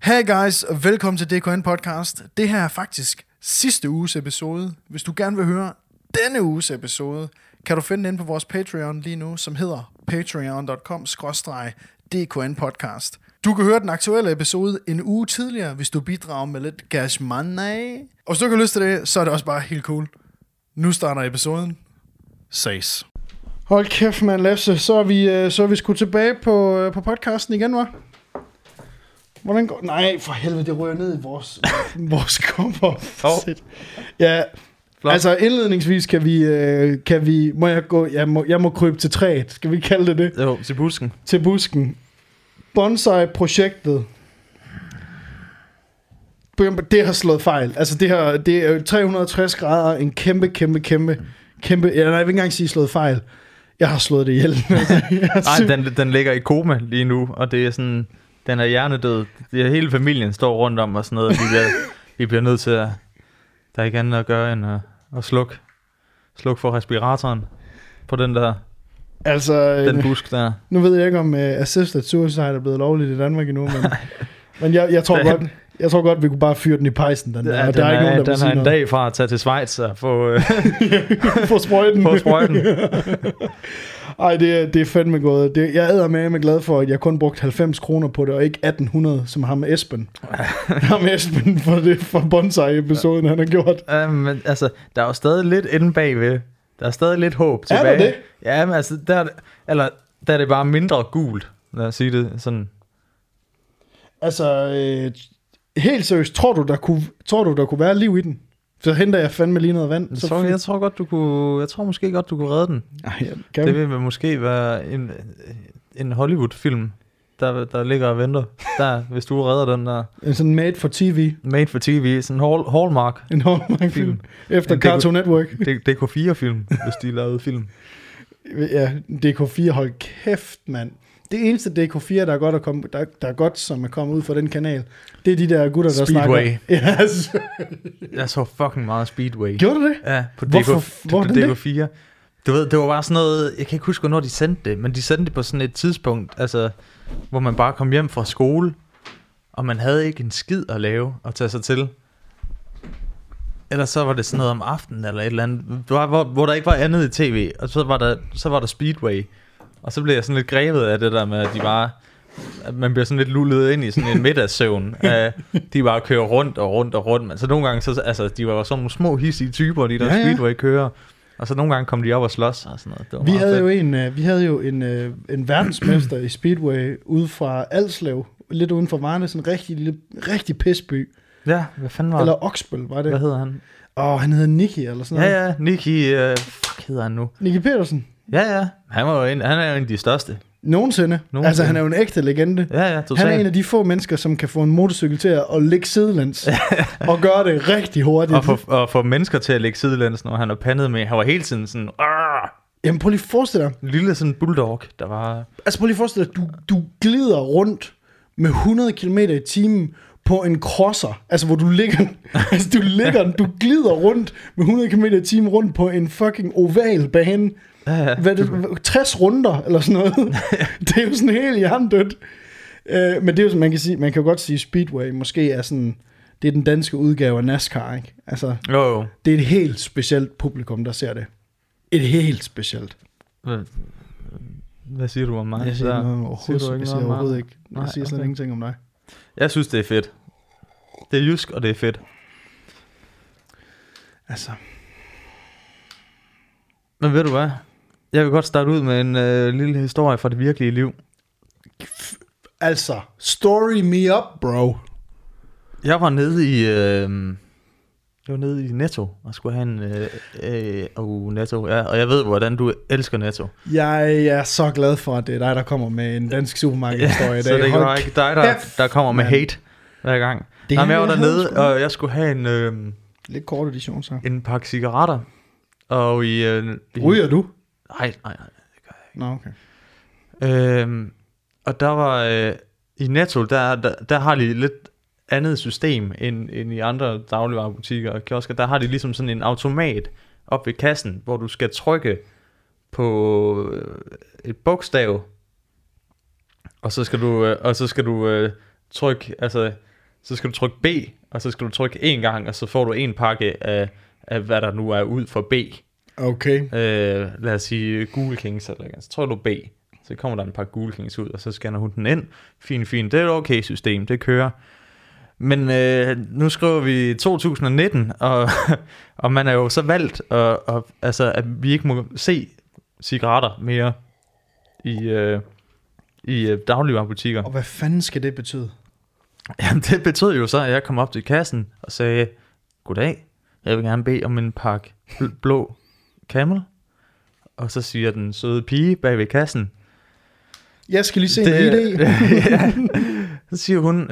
Hey guys, og velkommen til DKN Podcast. Det her er faktisk sidste uges episode. Hvis du gerne vil høre denne uges episode, kan du finde den på vores Patreon lige nu, som hedder patreon.com/DKN Podcast. Du kan høre den aktuelle episode en uge tidligere, hvis du bidrager med lidt cash money. Og hvis du ikke har lyst til det, så er det også bare helt cool. Nu starter episoden. Ses. Hold kæft, man, Lasse. Så er vi sgu tilbage på podcasten igen, hva'? Hvordan går... Nej, for helvede, det rører ned i vores kopper. Ja, flot. Altså indledningsvis kan vi må jeg gå... Jeg må krybe til træet. Skal vi kalde det? Jo, til busken. Til busken. Bonsai-projektet. Det har slået fejl. Altså det er 360 grader, en kæmpe... Jeg vil ikke engang sige slået fejl. Jeg har slået det ihjel. Nej, den ligger i koma lige nu, og det er sådan... Den er hjernedød. Hele familien står rundt om og sådan noget. Vi bliver nødt til at... Der er ikke andet at gøre end at slukke for respiratoren på den der... Altså... Den busk der. Nu ved jeg ikke, om assisted suicide er blevet lovligt i Danmark endnu, men jeg tror godt, vi kunne bare fyre den i pejsen. Den er ikke nogen, der har en dag fra at tage til Schweiz og få... få sprøjten. Få sprøjten. Ej, det er fandme gået. Jeg er med glad for, at jeg kun brugte 90 kroner på det, og ikke 1800, som ham Esben. Ham Esben for bonsai-episoden, han har gjort. Men altså, der er jo stadig lidt inde bagved. Der er stadig lidt håb tilbage. Er der det? Ja, men altså, der er det bare mindre gult, lad os sige det sådan. Altså, helt seriøst, tror du, der kunne være liv i den? Så henter jeg fandme lige noget vand. Jeg tror måske godt, du kunne redde den. Det vil måske være en Hollywood-film, der ligger og venter. Der, hvis du redder den der. En sådan made for TV. Made for TV, sådan en Hallmark. En Hallmark-film. Efter Cartoon Network. DK4-film, hvis de lavede film. Ja, DK4, hold kæft, mand. Det eneste DK4, der er godt, som er kommet ud fra den kanal, det er de der gutter, der Speedway. snakker. Yes. Jeg så fucking meget Speedway. Gjorde du det? Ja, på DK4. Du ved, det var bare sådan noget, jeg kan ikke huske, hvornår de sendte det, men de sendte det på sådan et tidspunkt, altså, hvor man bare kom hjem fra skole, og man havde ikke en skid at lave og tage sig til. Eller så var det sådan noget om aftenen, eller et eller andet, hvor der ikke var andet i tv, og så var der Speedway. Og så blev jeg sådan lidt grebet af det der med, at man bliver sådan lidt lullet ind i sådan en middagssøvn. De bare kører rundt og rundt. Men så nogle gange, de var sådan nogle små hissige typer, de der Speedway kører. Og så nogle gange kom de op og slås og sådan noget. Vi havde jo en verdensmester i Speedway ude fra Alslev, lidt uden for Varne, sådan en rigtig pisby. Ja, hvad fanden var det? Eller Oksbøl, var det? Hvad hedder han? Han hedder Nicky eller sådan noget. Ja, Nicky, fuck hedder han nu? Nicky Petersen. Ja, han er jo en af de største. Nogensinde. Altså han er jo en ægte legende. Ja, totalt. Han er en af de få mennesker, som kan få en motorcykel til at ligge sidelæns og gøre det rigtig hurtigt. Og få mennesker til at ligge sidelæns, når han er pandet med. Han var hele tiden sådan... Jamen prøv lige at forestille dig. En lille sådan bulldog, der var... Altså prøv lige at forestille dig, du glider rundt med 100 km i timen på en crosser, altså hvor du ligger, du glider rundt med 100 km i timen rundt på en fucking oval bane. Ja. Hvad det, 60 runder eller sådan noget. Det er jo sådan helt hjernedødt. Men det er jo, man kan jo godt sige, Speedway måske er sådan, det er den danske udgave af NASCAR, ikke? Altså, jo. Det er et helt specielt publikum, der ser det. Et helt specielt. Hvad siger du om mig? Jeg siger overhovedet ikke. Jeg siger slet ingenting om dig. Jeg synes, det er fedt. Det er jysk, og det er fedt. Altså. Men ved du hvad? Jeg vil godt starte ud med en lille historie fra det virkelige liv. Altså, story me up, bro. Jeg var nede i Netto og skulle have en Netto, ja, og jeg ved, hvordan du elsker Netto. Jeg er så glad for, at det er dig, der kommer med en dansk supermarkedhistorie i dag. Så det er ikke dig, der kommer med hate hver gang. Jeg var dernede, og jeg skulle have en... lidt kort edition, så. En pakke cigaretter. Og ryger du? Nej, det gør jeg ikke. Nå, okay. Og der var... I Netto, der har de lidt andet system end i andre dagligvarebutikker og kiosker. Der har de ligesom sådan en automat op ved kassen, hvor du skal trykke på et bogstav, og så skal du trykke, altså så skal du trykke B, og så skal du trykke en gang, og så får du en pakke af hvad der nu er ud for B. Okay. Lad os sige Google Kings, eller så tror du B. Så kommer der en par Google Kings ud, og så scanner hun den ind. Fint, det er et okay system, det kører. Men nu skriver vi 2019, og man er jo så valgt, altså, at vi ikke må se cigaretter mere i dagligvarebutikker. Og hvad fanden skal det betyde? Jamen, det betød jo så, at jeg kom op til kassen og sagde, goddag, jeg vil gerne bede om en pakke blå Camel. Og så siger den søde pige bag ved kassen, jeg skal lige se en idé. Ja. Så siger hun,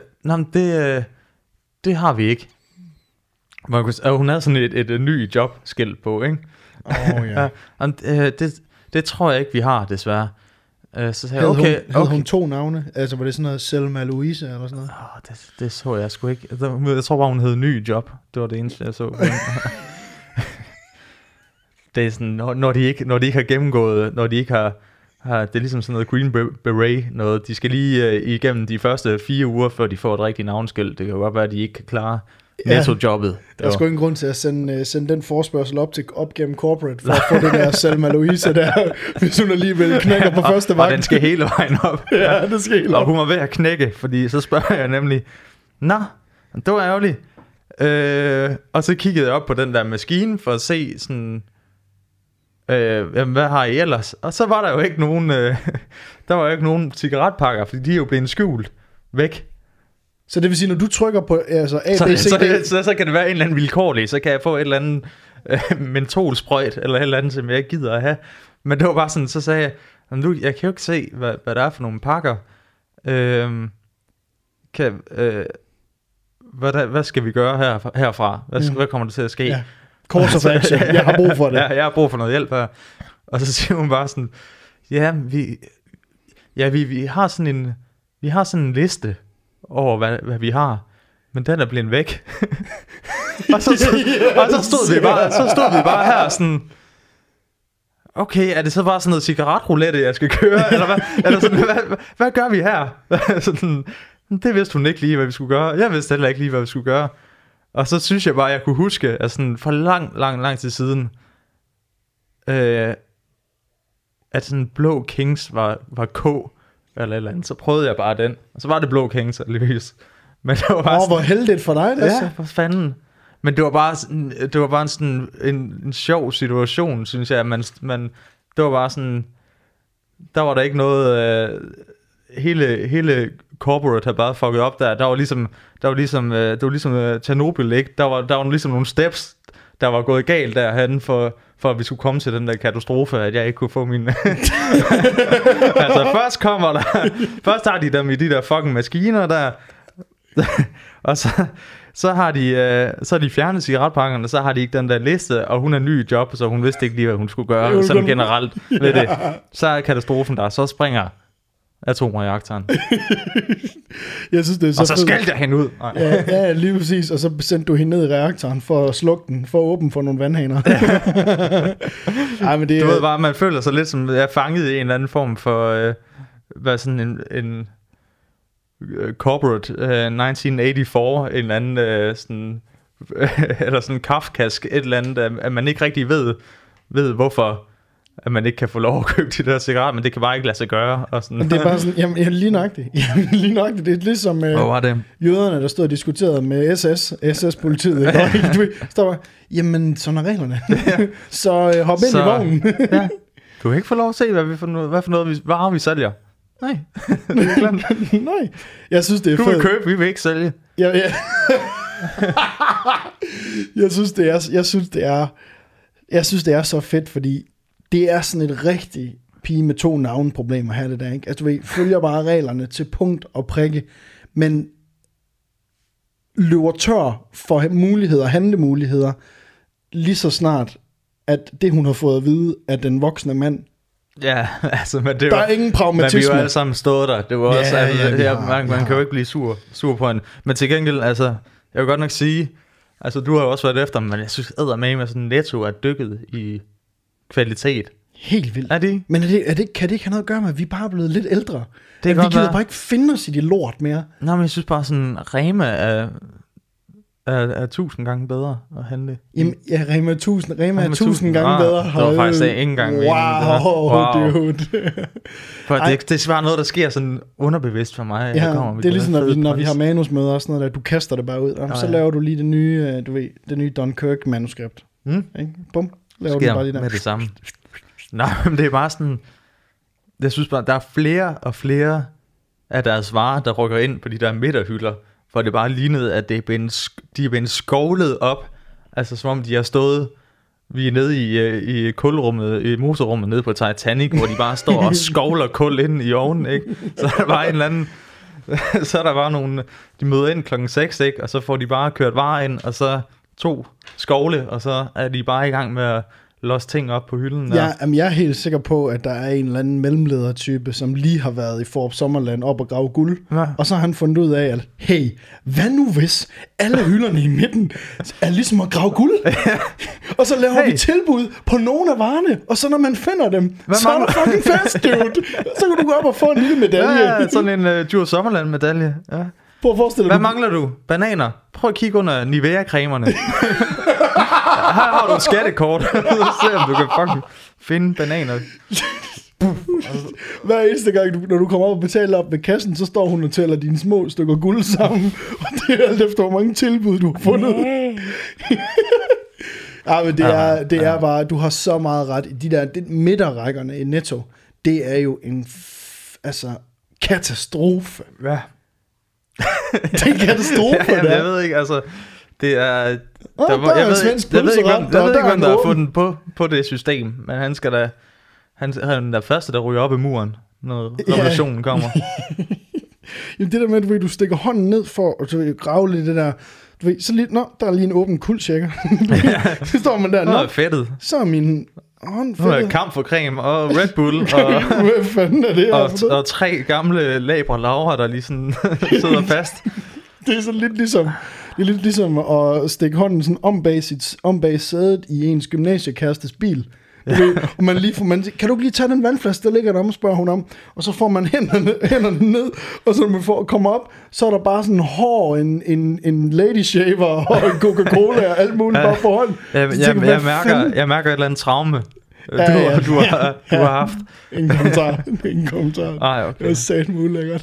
det har vi ikke. Og hun havde sådan et ny jobskilt på, ikke? Ja. Det tror jeg ikke, vi har, desværre. Så sagde jeg, havde hun 2 navne? Altså, var det sådan noget Selma Louise eller sådan noget? Det så jeg sgu ikke. Jeg tror bare, hun hed ny job. Det var det eneste, jeg så. Det er sådan, når de ikke har gennemgået, når de ikke har det er ligesom sådan noget Green Beret noget. De skal lige igennem de første 4 uger, før de får et rigtigt navnskilt. Det kan jo godt være, at de ikke kan klare netto-jobbet. Der er sgu ingen grund til at sende den forespørgsel op gennem corporate, for at få det der Selma Louise der, hvis hun alligevel knækker på første vagt. Og den skal hele vejen op. Ja, den skal hele op. Og hun var ved at knække, fordi så spørger jeg nemlig, nå, det var ærgerligt. Og så kiggede jeg op på den der maskine, for at se sådan, hvad har I ellers? Og så var der jo ikke nogen, der var jo ikke nogen cigaretpakker, fordi de er jo blevet skjult væk. Så det vil sige, når du trykker på altså A, B, C, D... Så kan det være en eller anden vilkårlig, så kan jeg få et eller andet mentolsprøjt, eller et eller andet, som jeg ikke gider at have. Men det var bare sådan, så sagde jeg, jeg kan jo ikke se, hvad der er for nogle pakker. Hvad skal vi gøre herfra? Hvad kommer der til at ske? Ja. Course of action, jeg har brug for det. Ja, jeg har brug for noget hjælp her. Og så siger hun bare sådan, vi har sådan en liste over, hvad vi har, men den er blevet væk. og så stod vi bare her sådan, okay, er det så bare sådan noget cigaretroulette, jeg skal køre, eller hvad? Eller sådan, hvad gør vi her? Sådan, det vidste hun ikke lige, hvad vi skulle gøre. Jeg vidste heller ikke lige, hvad vi skulle gøre. Og så synes jeg bare, at jeg kunne huske, at sådan for lang tid siden, at sådan blå Kings var K, eller et eller andet. Så prøvede jeg bare den, og så var det blå Kings, alligevis. Men det var bare hvor heldigt for dig, altså. Ja, for fanden. Men det var bare sådan en sjov situation, synes jeg. Man, det var bare sådan, der var der ikke noget, hele corporate har bare fucket op der. Det var ligesom Chernobyl, ikke? Der var ligesom nogle steps, der var gået galt derhen for at vi skulle komme til den der katastrofe, at jeg ikke kunne få min... altså først har de dem i de der fucking maskiner der, og så har de fjernet cigaretpakkerne, så har de ikke den der liste, og hun er ny i job, så hun vidste ikke lige, hvad hun skulle gøre, sådan generelt ved det. Så er katastrofen der, så springer atomreaktoren. Jeg synes, det er så og så skal der hende ud. Ja, lige præcis. Og så sendte du hende ned i reaktoren for at slukke den, for at åbne for nogle vandhaner. Ej, men det, du ved bare, man føler sig lidt som, jeg er fanget i en eller anden form for, hvad sådan en corporate 1984, en eller anden sådan, eller sådan kafkask, et eller andet, at man ikke rigtig ved hvorfor at man ikke kan få lov at købe de der cigaretter, men det kan bare ikke lade sig gøre. Og sådan. Det er bare sådan, jamen lige nøjagtigt. Det er ligesom jøderne, der stod og diskuterede med SS-politiet. Så jamen, sådan er reglerne. Så hop ind i vognen. Ja. Du kan ikke få lov at se, hvad for noget varer vi sælger. Nej. Nej. Jeg synes, det er fedt. Du vil købe, vi vil ikke sælge. Ja. Jeg synes, det er så fedt, fordi det er sådan et rigtig pige med 2 navne-problem at have det der, ikke? Altså, du følger bare reglerne til punkt og prikke, men løber tør for muligheder, handlemuligheder, lige så snart, at det, hun har fået at vide af den voksne mand, ja, altså, men det der er ingen pragmatisme. Men vi jo alle sammen stået der. Det var også, man kan jo ikke blive sur på en. Men til gengæld, altså, jeg vil godt nok sige, altså, du har jo også været efter, men jeg synes, eddermame med sådan Netto er dykket i kvalitet. Helt vildt. Er det? Men kan det ikke have noget at gøre med, at vi bare er blevet lidt ældre? Det vi gider bare ikke finde os i de lort mere. Nej, men jeg synes bare sådan, Rema er 1000 gange bedre at handle. Jamen, ja, Rema er 1000 gange bedre. Det var faktisk ikke engang wow, dude. For det er bare noget, der sker sådan underbevidst for mig. Ja, det er ligesom, når vi har manusmøder og sådan noget, der du kaster det bare ud. Så laver du lige det nye, det nye Dunkirk-manuskript. Ikke? Bum, laver du bare lige der. Med det samme. Nej, men det er bare sådan, jeg synes bare, der er flere og flere af deres varer, der rykker ind på de der midterhylder, for det bare lignede, at de er blevet skovlet op, altså som om de har stået, vi er nede i kulrummet, i motorrummet nede på Titanic, hvor de bare står og skovler kul ind i ovnen, ikke? Så er der bare en eller anden, så er der bare nogle, de møder ind 6:00, ikke? Og så får de bare kørt varer ind, og så 2 skovle, og så er de bare i gang med at låse ting op på hylden. Ja, jamen jeg er helt sikker på, at der er en eller anden mellemledertype, som lige har været i Forbes Sommerland op og grave guld. Ja. Og så har han fundet ud af, at hey, hvad nu hvis alle hylderne i midten er ligesom at grave guld? Og så laver vi tilbud på nogle af varerne, og så når man finder dem, så er der fucking fest, dude. Så kan du gå op og få en lille medalje. Ja, sådan en Djurs Sommerland medalje. Ja. Prøv at forestille dig. Hvad mangler du? Bananer. Prøv at kigge under Nivea-cremerne. Her har du et skattekort. Så se om du kan fucking finde bananer. Hver eneste gang, når du kommer op og betaler op ved kassen, så står hun og tæller dine små stykker guld sammen. Og det er alt efter, hvor mange tilbud du har fundet. Ja, men det er bare, du har så meget ret. De der midterrækkerne i Netto, det er jo en katastrofe. Ja. Det er en katastrofe, ja, jeg ved ikke, altså, det er... jeg ved ikke, hvem der har fundet på det system, men han er den der første, der ryger op i muren, når revolutionen kommer. Jamen det der med, at du stikker hånden ned for at grave lidt det der, du ved, så lige, der er lige en åben kuldtjekker. Så står man der, nå, fedtet. Så er min hånd fedtet. Nu er kamp for creme og Red Bull, og, hvad fanden er det og 3 gamle Labre Laura, der lige sådan sidder fast. Det er sådan lidt ligesom at stikke hånden sådan om bag sædet i ens gymnasiekærestes bil. Og man kan du ikke lige tage den vandflaske, der ligger der om, spørger hun om. Og så får man hænderne ned, og så når man kommer op, så er der bare sådan en lady shaver og en Coca-Cola og alt muligt bare for hånden. Jeg mærker et eller andet traume. Du har haft. Ingen kommentar. Okay. Det er satme ulækkert.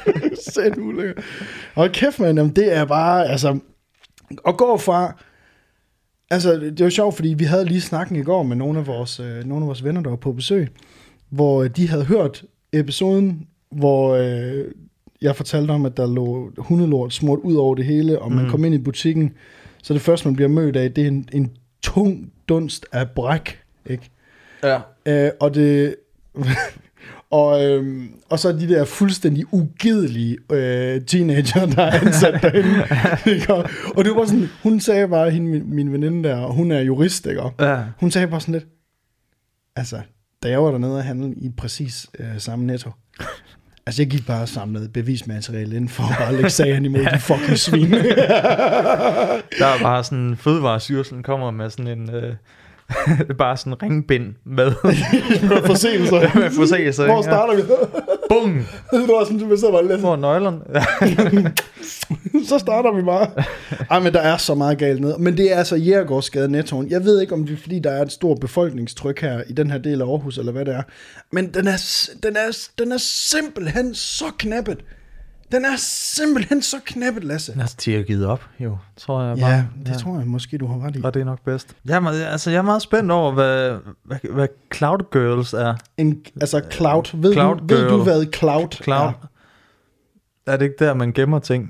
Og kæft, man, det er bare, altså, at gå fra, altså, det var sjovt, fordi vi havde lige snakken i går med nogle af vores venner, der var på besøg, hvor de havde hørt episoden, hvor jeg fortalte om, at der lå hundelort smurt ud over det hele, og man kom ind i butikken, så det første, man bliver mødt af, det er en tung dunst af bræk, ikke? Ja. Og så de der fuldstændig ugidelige teenager, der er ansat derinde. Ikke? Og det var sådan, hun sagde bare, min veninde der, og hun er jurist, ikke? Ja. Hun sagde bare sådan lidt, altså, da jeg var dernede og handlede i præcis samme Netto, altså jeg gik bare og samlede bevismateriale ind for at bare lægge sagen imod de fucking svin. Der er bare sådan, Fødevarestyrelsen kommer med sådan en... bare sådan en ringbind med forseelser. Hvor starter vi? Bum! Det var sådan, du så bare lidt. Hvor nøglerne? Så starter vi bare. Ej, men der er så meget galt ned. Men det er altså Jægergårdsgade Nettoen. Jeg ved ikke, om det er, fordi der er et stort befolkningstryk her i den her del af Aarhus, eller hvad det er. Men den er simpelthen så knappet. Den er simpelthen så knappet, Lasse. Den er til at give op, jo. Tror jeg bare. Ja, det tror jeg måske, du har ret i. Og det er nok bedst. Jeg er meget spændt over, hvad Cloud Girls er. Cloud. Ved du, hvad Cloud er? Er det ikke der, man gemmer ting?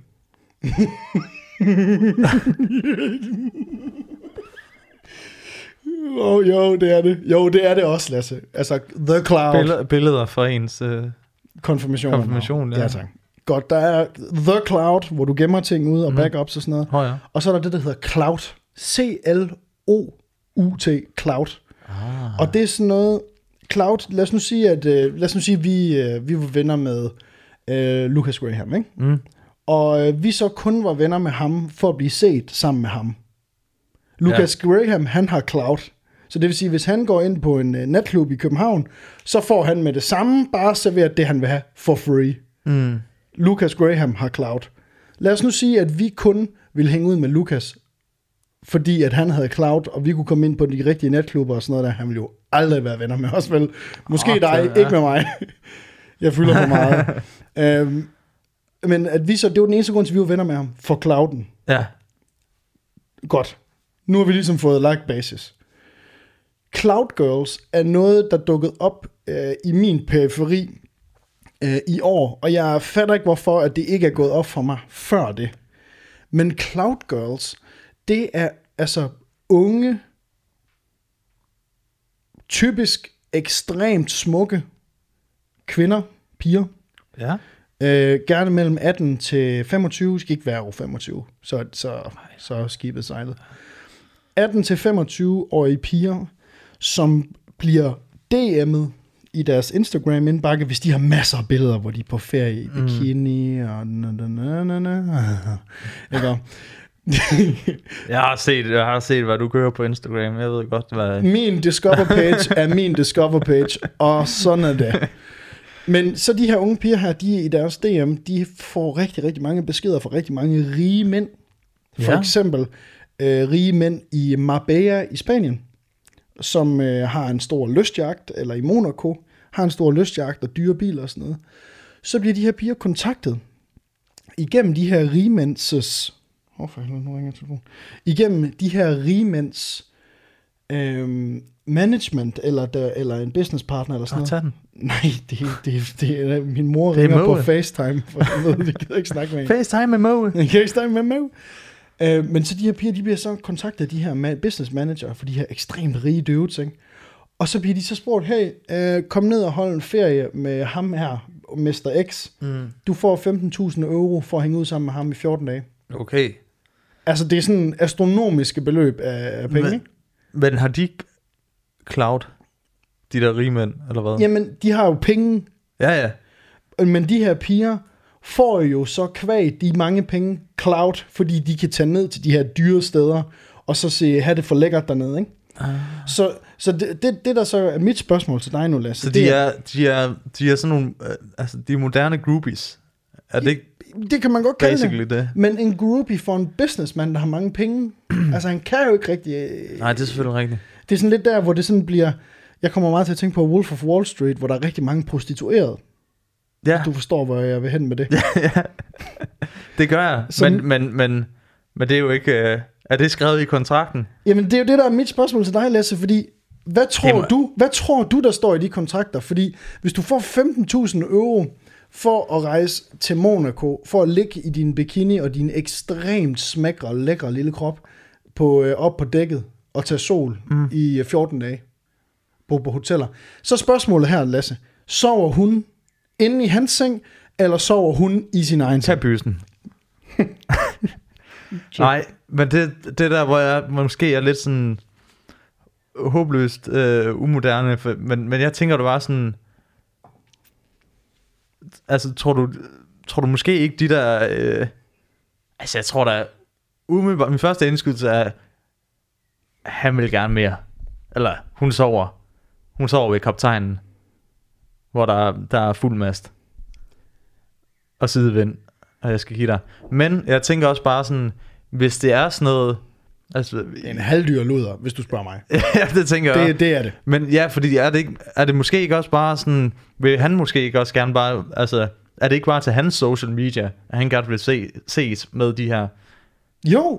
Jo, det er det. Jo, det er det også, Lasse. Altså, The Cloud. Billeder fra ens konfirmation. Ja, tak. Godt, der er The Cloud, hvor du gemmer ting ud og backups og sådan noget. Oh, ja. Og så er der det, der hedder Cloud. C-L-O-U-T, Cloud. Og det er sådan noget... Cloud, lad os nu sige, at vi var venner med Lucas Graham, ikke? Mm. Og vi så kun var venner med ham for at blive set sammen med ham. Lucas Graham, han har Cloud. Så det vil sige, hvis han går ind på en natklub i København, så får han med det samme bare serveret det, han vil have for free. Lucas Graham har cloud. Lad os nu sige, at vi kun ville hænge ud med Lucas, fordi at han havde cloud, og vi kunne komme ind på de rigtige natklubber og sådan noget der. Han ville jo aldrig være venner med os, vel? Måske dig, ikke med mig. Jeg fylder for meget. Men at vi så, det var den eneste grund til, vi var venner med ham, for clouden. Ja. Godt. Nu har vi ligesom fået lagt basis. Cloud Girls er noget, der dukkede op i min periferi i år, og jeg fatter ikke, hvorfor at det ikke er gået op for mig før det. Men Cloud Girls, det er altså unge, typisk ekstremt smukke kvinder, piger. Ja. Gerne mellem 18 til 25, skal ikke være over 25, så er skibet sejlet. 18 til 25-årige piger, som bliver DM'et i deres Instagram-indbakke, hvis de har masser af billeder, hvor de er på ferie i bikini og ikke? Jeg har set, hvad du kører på Instagram. Jeg ved godt, hvad... Min Discover page er min Discover page, og sådan er det. Men så de her unge piger her, de i deres DM, de får rigtig, rigtig mange beskeder fra rigtig mange rige mænd. For eksempel rige mænd i Marbella i Spanien, som har en stor lystjagt, eller i Monaco, har en stor lystjagt og dyre biler og sådan noget. Så bliver de her piger kontaktet igennem de her rigmænds... Hvorfor nu ringer telefonen? Igennem de her rigmænds management, eller en business partner, eller sådan noget. Nej, det er min mor ringer på FaceTime, for jeg ved, jeg gider ikke snakke med hende. FaceTime med Moe. FaceTime med Moe. Men så de her piger, de bliver så kontaktet af de her business manager for de her ekstremt rige dudes, ikke? Og så bliver de så spurgt, hey, kom ned og hold en ferie med ham her, Mr. X. Du får 15.000 euro for at hænge ud sammen med ham i 14 dage. Okay. Altså, det er sådan astronomiske beløb af penge, ikke? Men har de cloud, de der rige mænd, eller hvad? Jamen, de har jo penge. Ja. Men de her piger får jo så kvæg de mange penge cloud, fordi de kan tage ned til de her dyre steder, og så have det for lækkert dernede, ikke? Så det der så er mit spørgsmål til dig nu, Lasse. Så de er sådan nogle, altså de moderne groupies. Er det ikke? Det kan man godt kalde det. Men en groupie for en businessman, der har mange penge, altså han kan jo ikke rigtig... Nej, det er selvfølgelig rigtigt. Det er sådan lidt der, hvor det sådan bliver... Jeg kommer meget til at tænke på Wolf of Wall Street, hvor der er rigtig mange prostituerede. Ja. Du forstår, hvor jeg vil hen med det. Ja. Det gør jeg. Men det er jo ikke... Er det skrevet i kontrakten? Jamen, det er jo det, der er mit spørgsmål til dig, Lasse, fordi... Hvad tror du, der står i de kontrakter? Fordi hvis du får 15.000 euro for at rejse til Monaco, for at ligge i din bikini og din ekstremt smækre, lækre lille krop op på dækket og tage sol i 14 dage på hoteller. Så spørgsmålet her, Lasse. Sover hun inde i hans seng, eller sover hun i sin egen seng? Tag bysen. Nej, men det der, hvor jeg måske er lidt sådan håbløst umoderne, men jeg tænker, det var sådan... Altså, tror du måske ikke de der... altså, jeg tror da... Umiddelbart, min første indskydelse er... Han vil gerne mere. Eller, hun sover ved kaptajnen. Hvor der er fuld mast. Og sidevind. Og jeg skal give dig. Men jeg tænker også bare sådan... Hvis det er sådan noget... Altså, en halvdyr luder, hvis du spørger mig. Ja, det tænker jeg. Det er det. Men ja, fordi er det måske ikke også bare sådan... Vil han måske ikke også gerne bare... Altså, er det ikke bare til hans social media, at han gerne vil ses med de her... Jo.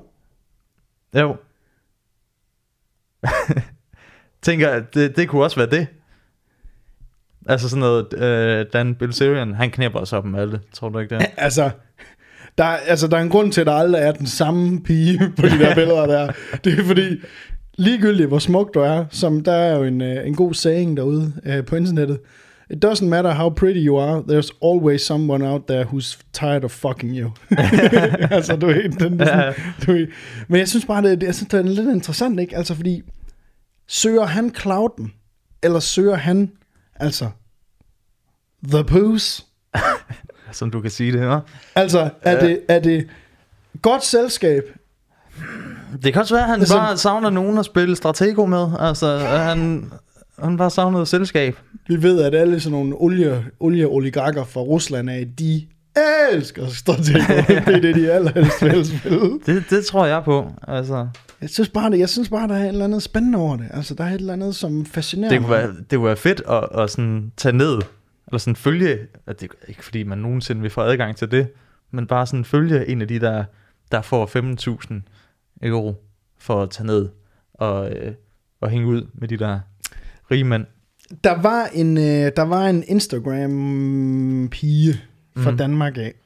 Tænker, det kunne også være det. Altså sådan noget... Dan Bilzerian, han knæpper os op med alle. Tror du ikke det? Der er en grund til, at der aldrig er den samme pige på de der billeder der. Det er fordi, ligegyldigt hvor smuk du er, som der er jo en god saying derude på internettet. It doesn't matter how pretty you are, there's always someone out there who's tired of fucking you. Altså, du ved, men jeg synes bare, det er lidt interessant, ikke? Altså, fordi, søger han clouden, eller søger han, altså, the poos? Som du kan sige det, hva'? Altså, er det godt selskab, Det kan også være, at han bare savner nogen at spille Stratego med. Altså, han bare savner et selskab. Vi ved, at alle sådan nogle olieoligarker fra Rusland af, de elsker Stratego. Det er det, de allerhelst vil spille. Det tror jeg på, altså. Jeg synes bare, der er et eller andet spændende over det. Altså, der er et eller andet, som fascinerer mig. Det kunne være fedt at sådan tage ned, eller sådan følge, at det ikke fordi man nogensinde vil få adgang til det, men bare sådan følge en af de, der får 15.000 euro for at tage ned og hænge ud med de der rige mænd. Der var en Instagram-pige fra Danmark af.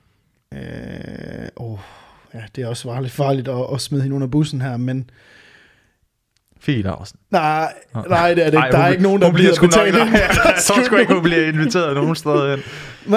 Ja, det er også lidt farligt at smide hende under bussen her, men... Fie Laursen. Nej, det er det ikke. Der er ikke nogen, der bliver betalt. Jeg tror sgu ikke, hun bliver inviteret nogen steder hen.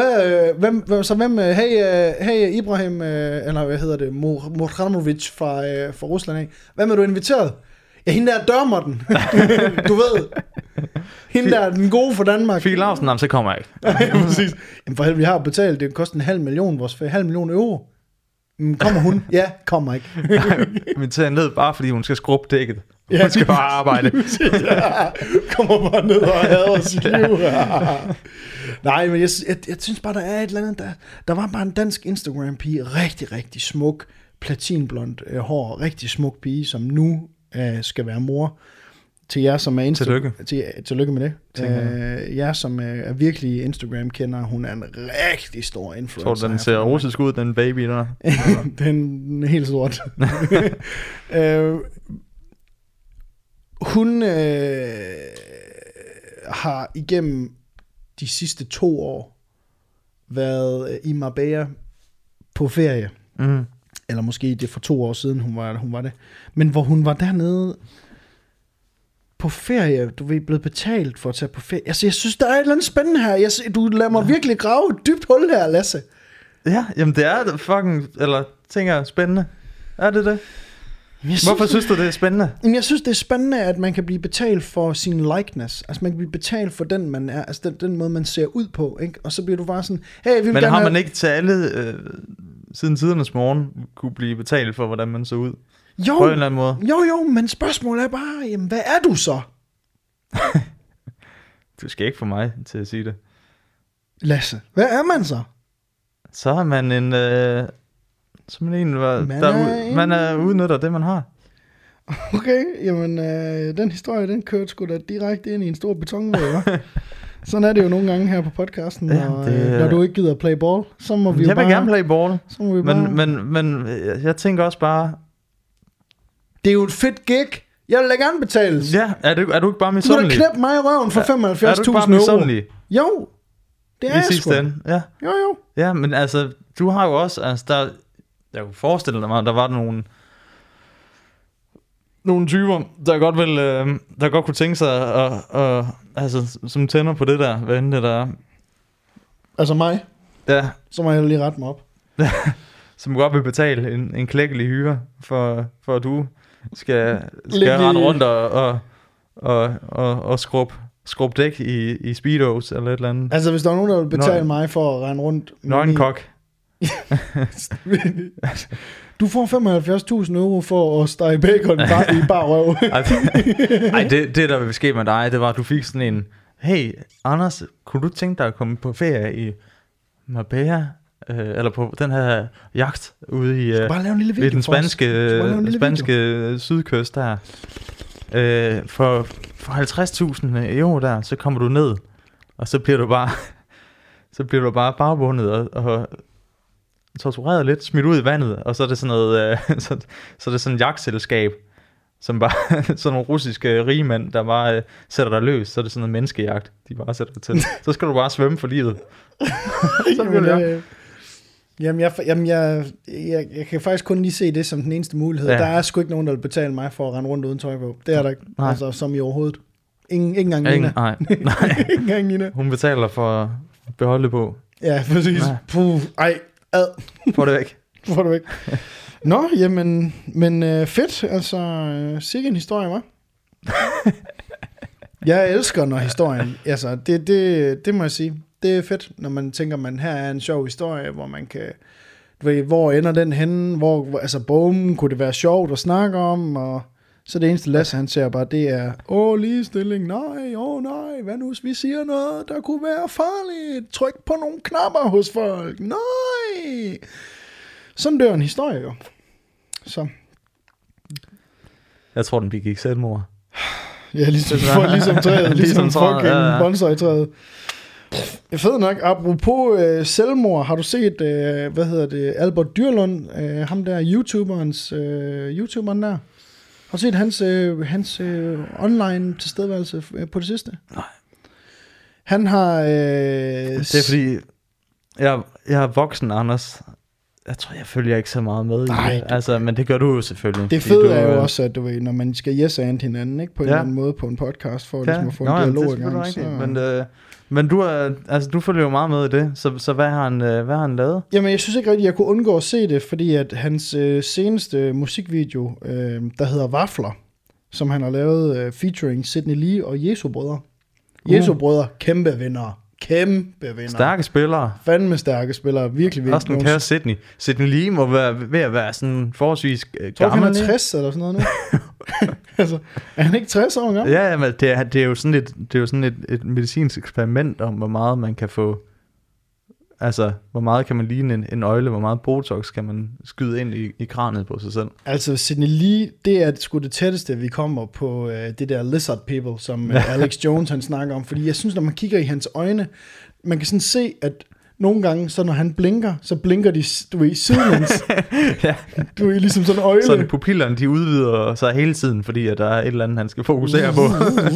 Hey Ibrahim, eller hvad hedder det, Mokhramovic fra Rusland af. Hvem er du inviteret? Ja, hende der dørmåtten. Du ved. Hende der er den gode for Danmark. Fie Laursen, så kommer jeg ikke. Ja, præcis. Jamen for helvede, vi har betalt, det koster 500.000, vores 500.000 euro. Kommer hun? Ja, kommer ikke. Vi tager ned bare, fordi hun skal skrubbe dækket. Hun skal bare arbejde. Kommer bare ned og hader sit liv. Nej, men jeg synes bare, der er et eller andet. Der var bare en dansk Instagram-pige, rigtig, rigtig smuk, platinblond hår, rigtig smuk pige, som nu skal være mor. Til jer, som er tillykke med det. Jer, som er virkelig Instagram-kender, hun er en rigtig stor influencer. Tror du, den ser russisk ud, den baby der? Den er helt sort. Hun har igennem de sidste 2 år været i Marbella på ferie. Eller måske det for 2 år siden, hun var det. Men hvor hun var dernede på ferie, du ved, blevet betalt for at tage på ferie. Altså, jeg synes, der er et eller andet spændende her. Du lader mig virkelig grave et dybt hul her, Lasse. Ja, jamen det er fucking, eller tænker jeg, spændende. Er det det? Hvorfor synes du, det er spændende? Jamen, jeg synes, det er spændende, at man kan blive betalt for sin likeness. Altså, man kan blive betalt for den, man er. Altså, den måde, man ser ud på, ikke? Og så bliver du bare sådan, hey, vi vil men gerne har man ikke til alle, siden tidernes morgen, kunne blive betalt for, hvordan man så ud? Jo, på en eller anden måde. Jo, men spørgsmålet er bare, jamen, hvad er du så? Du skal ikke få mig til at sige det. Lasse, hvad er man så? Så er man en... man er udnytter det, man har. Okay, jamen, den historie, den kørte sgu da direkte ind i en stor betonvæg, Sådan er det jo nogle gange her på podcasten, ja, når du ikke gider play ball, så må vi jo bare... Jeg vil gerne play ball, så må vi men jeg tænker også bare... Det er jo et fedt gig. Jeg vil da gerne betales. Ja, er du ikke bare misundelig? Du har knæpt mig i røven for 75.000 euro. Er du ikke bare misundelig? Jo, det er jeg sgu. Ja. Jo. Ja, men altså, du har jo også... Altså, jeg kunne forestille mig, at der var nogle typer, der godt kunne tænke sig at altså, som tænder på det der, hvad end det der er. Altså mig? Ja. Så må jeg lige rette mig op. Som godt vil betale en klækkelig hyre, for at du skal rende rundt og skrubbe dæk i speedos eller et eller andet. Altså, hvis der er nogen, der vil betale mig for at rende rundt... Nøgenkok. Du får 75.000 euro for at stege bacon i bare røv. Ej, det der vil ske med dig, det var, at du fik sådan en... Hey, Anders, kunne du tænke dig at komme på ferie i Marbella? Eller på den her jagt ude i den spanske sydkyst der. For 50.000 euro der, så kommer du ned, og så bliver du bare bagbundet og tortureret lidt, smidt ud i vandet, og så er det sådan noget, så er det sådan et jagtselskab, som bare sådan nogle russiske rigemænd, der bare sætter dig løs, så er det sådan noget menneskejagt, de bare sætter dig til. Så skal du bare svømme for livet. Jeg kan faktisk kun lige se det som den eneste mulighed. Ja. Der er sgu ikke nogen, der vil betale mig for at rende rundt uden tøj på. Det er der ikke, altså, som i overhovedet. Ikke engang Nina. Nej. Ikke engang Nina. Hun betaler for at beholde på. Ja, præcis. Puh, Få det væk. Få det væk. Nå, jamen, men fedt. Altså, sikke en historie, hva'? Jeg elsker, når historien... Altså, det må jeg sige. Det er fedt, når man tænker, man her er en sjov historie, hvor man kan... Du ved, hvor ender den henne? Hvor, altså, boom, kunne det være sjovt at snakke om? Og så det eneste Lasse, han ser bare, det er, ligestilling, nej, hvad nu, hvis vi siger noget, der kunne være farligt? Tryk på nogle knapper hos folk, nej! Sådan dør en historie jo. Så. Jeg tror, den begik selvmord. Ja, ligesom træet, ligesom fucking bonsai-træet. Fedt nok, apropos selvmord, har du set, Albert Dyrlund, ham der, YouTuberen der? Har du set hans online tilstedeværelse på det sidste? Nej. Han har... det er fordi, jeg er voksen, Anders. Jeg tror, jeg følger ikke så meget med i det. Altså, men det gør du jo selvfølgelig. Det fede er jo også, at du ved, når man skal yes-and hinanden, ikke? På en eller anden måde på en podcast, for ligesom at få en dialog i gang. Men du følger jo meget med i det, så hvad har han lavet? Jamen, jeg synes ikke rigtig, jeg kunne undgå at se det, fordi at hans seneste musikvideo, der hedder Vafler, som han har lavet featuring Sidney Lee og Jesu Brødre. Jesu Brødre, kæmpe vinder. Stærke spillere. Fandme stærke spillere, virkelig. Også den kære Sidney. Sidney Lee må være ved at være sådan forholdsvis gammel. Tror han er 60 eller sådan noget nu? Altså, er han ikke 60 år gammel? Ja, men det er jo sådan et medicinsk eksperiment om, hvor meget man kan få. Altså, hvor meget kan man ligne en øgle, hvor meget botox kan man skyde ind i kranet på sig selv. Altså, Sidney Lee, det er sgu det tætteste, vi kommer på det der lizard people, som Alex Jones han snakker om. Fordi jeg synes, når man kigger i hans øjne, man kan sådan se, at nogle gange, så når han blinker, så blinker de, du ved, sidelæns. Ja. Du er ligesom sådan en øjle. Så pupillerne, de udvider sig hele tiden, fordi at der er et eller andet, han skal fokusere på.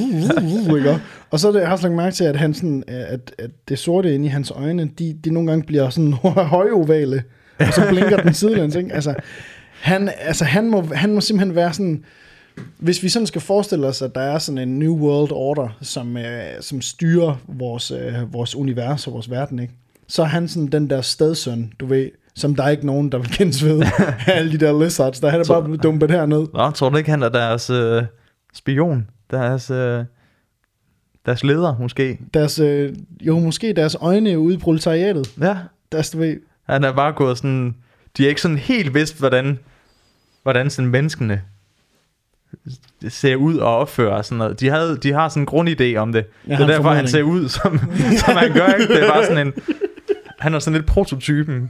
Og så har jeg lagt mærke til, at, han sådan, at det sorte inde i hans øjne, de nogle gange bliver sådan højovale, og så blinker den sidelæns, ikke? Altså, han må simpelthen være sådan... Hvis vi sådan skal forestille os, at der er sådan en New World Order, som styrer vores univers og vores verden, ikke? Så er han sådan den der stedsøn, du ved, som der er ikke nogen, der vil kendes ved. Alle de der lizards, der han er bare dumpet herned. Nå, tror du ikke, han er deres spion? Deres leder, måske? Måske deres øjne ude i proletariatet. Ja. Du ved. Han er bare gået sådan... De er ikke sådan helt vidst, hvordan sådan menneskene ser ud og opfører sådan noget. De har sådan en grundidé om det. Det er derfor, han ser ud, som han gør. Ikke? Det er bare sådan en... Han er sådan lidt prototypen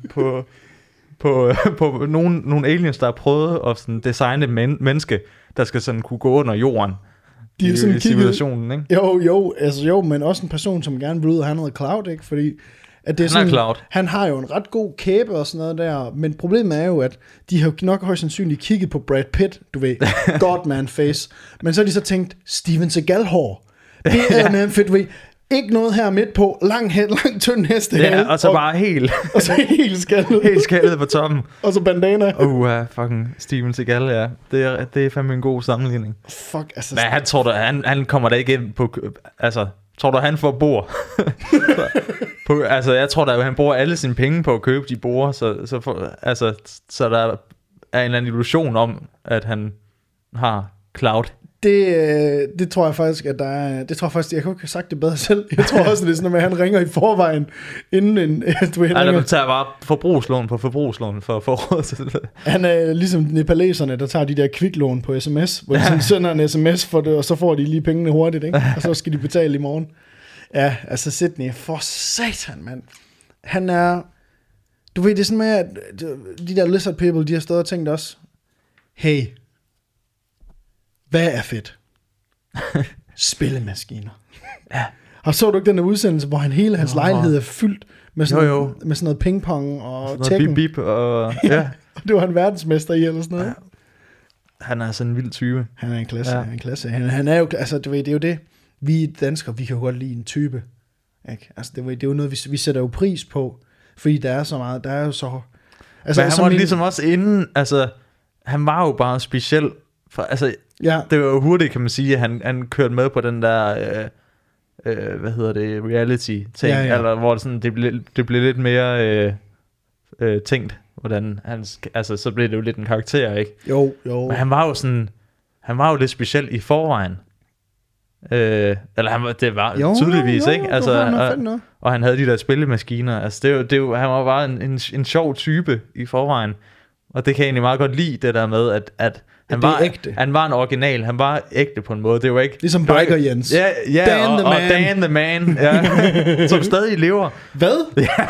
på nogle aliens, der har prøvet at sådan designe et menneske, der skal sådan kunne gå under jorden. De er sådan civilisationen, ikke? Jo, men også en person, som gerne vil ud og have noget cloud, ikke? Fordi at det er sådan, han har jo en ret god kæbe og sådan noget der, men problemet er jo, at de har nok højst sandsynligt kigget på Brad Pitt, du ved, Godman face, men så har de så tænkt, Steven Seagal-hår, det er fedt, du ved, ikke noget her midt på, lang tynd heste. Ja, og så bare helt. Og så helt skaldet. Helt skaldet på toppen. Og så bandana. Fucking Steven Seagal, ja. Det er fandme en god sammenligning. Fuck, altså. Men han kommer da ikke ind på, altså, tror du, han får bord? Altså, jeg tror da, han bruger alle sine penge på at købe de bord, så der er en eller anden illusion om, at han har cloud. Det tror jeg faktisk, at der er... Det tror jeg faktisk, jeg kunne ikke have sagt det bedre selv. Jeg tror også, at det er sådan, at han ringer i forvejen, inden en... Der tager bare forbrugslån for at få råd til det. Han er ligesom nepaleserne, der tager de der kviklån på sms, hvor de sådan sender en sms for det, og så får de lige pengene hurtigt, ikke? Og så skal de betale i morgen. Ja, altså Sidney, for satan, mand. Han er... Du ved, det er sådan med, at de der lizard people, de har stået og tænkt også, hey, hvad er fedt? Spillemaskiner. Ja. Og så du ikke den der udsendelse, hvor hele hans lejlighed er fyldt med sådan, med sådan noget pingpong og Tekken? Bip og... Ja. Det var han verdensmester i eller sådan noget. Ja. Han er sådan en vild type. Han er en klasse. Ja. Han er jo, altså du ved, det er jo det. Vi danskere, vi kan jo godt lide en type. Ikke? Altså det er jo noget, vi sætter jo pris på. Fordi der er så meget, der er jo så... Altså, men han var ligesom også inden, altså, han var jo bare speciel. For, altså, det var jo hurtigt, kan man sige, at han kørte med på den der, reality-ting, eller hvor det blev lidt mere tænkt, hvordan altså, så blev det jo lidt en karakter, ikke? Jo. Men han var jo lidt speciel i forvejen. Eller det var tydeligvis, ikke? Altså, og han havde de der spillemaskiner. Altså, han var bare en sjov type i forvejen. Og det kan jeg egentlig meget godt lide, det der med, at han var en original. Han var ægte på en måde. Det var ikke ligesom Biker Jens. Ja, Dan the Man, ja, som stadig lever. Hvad? Ja.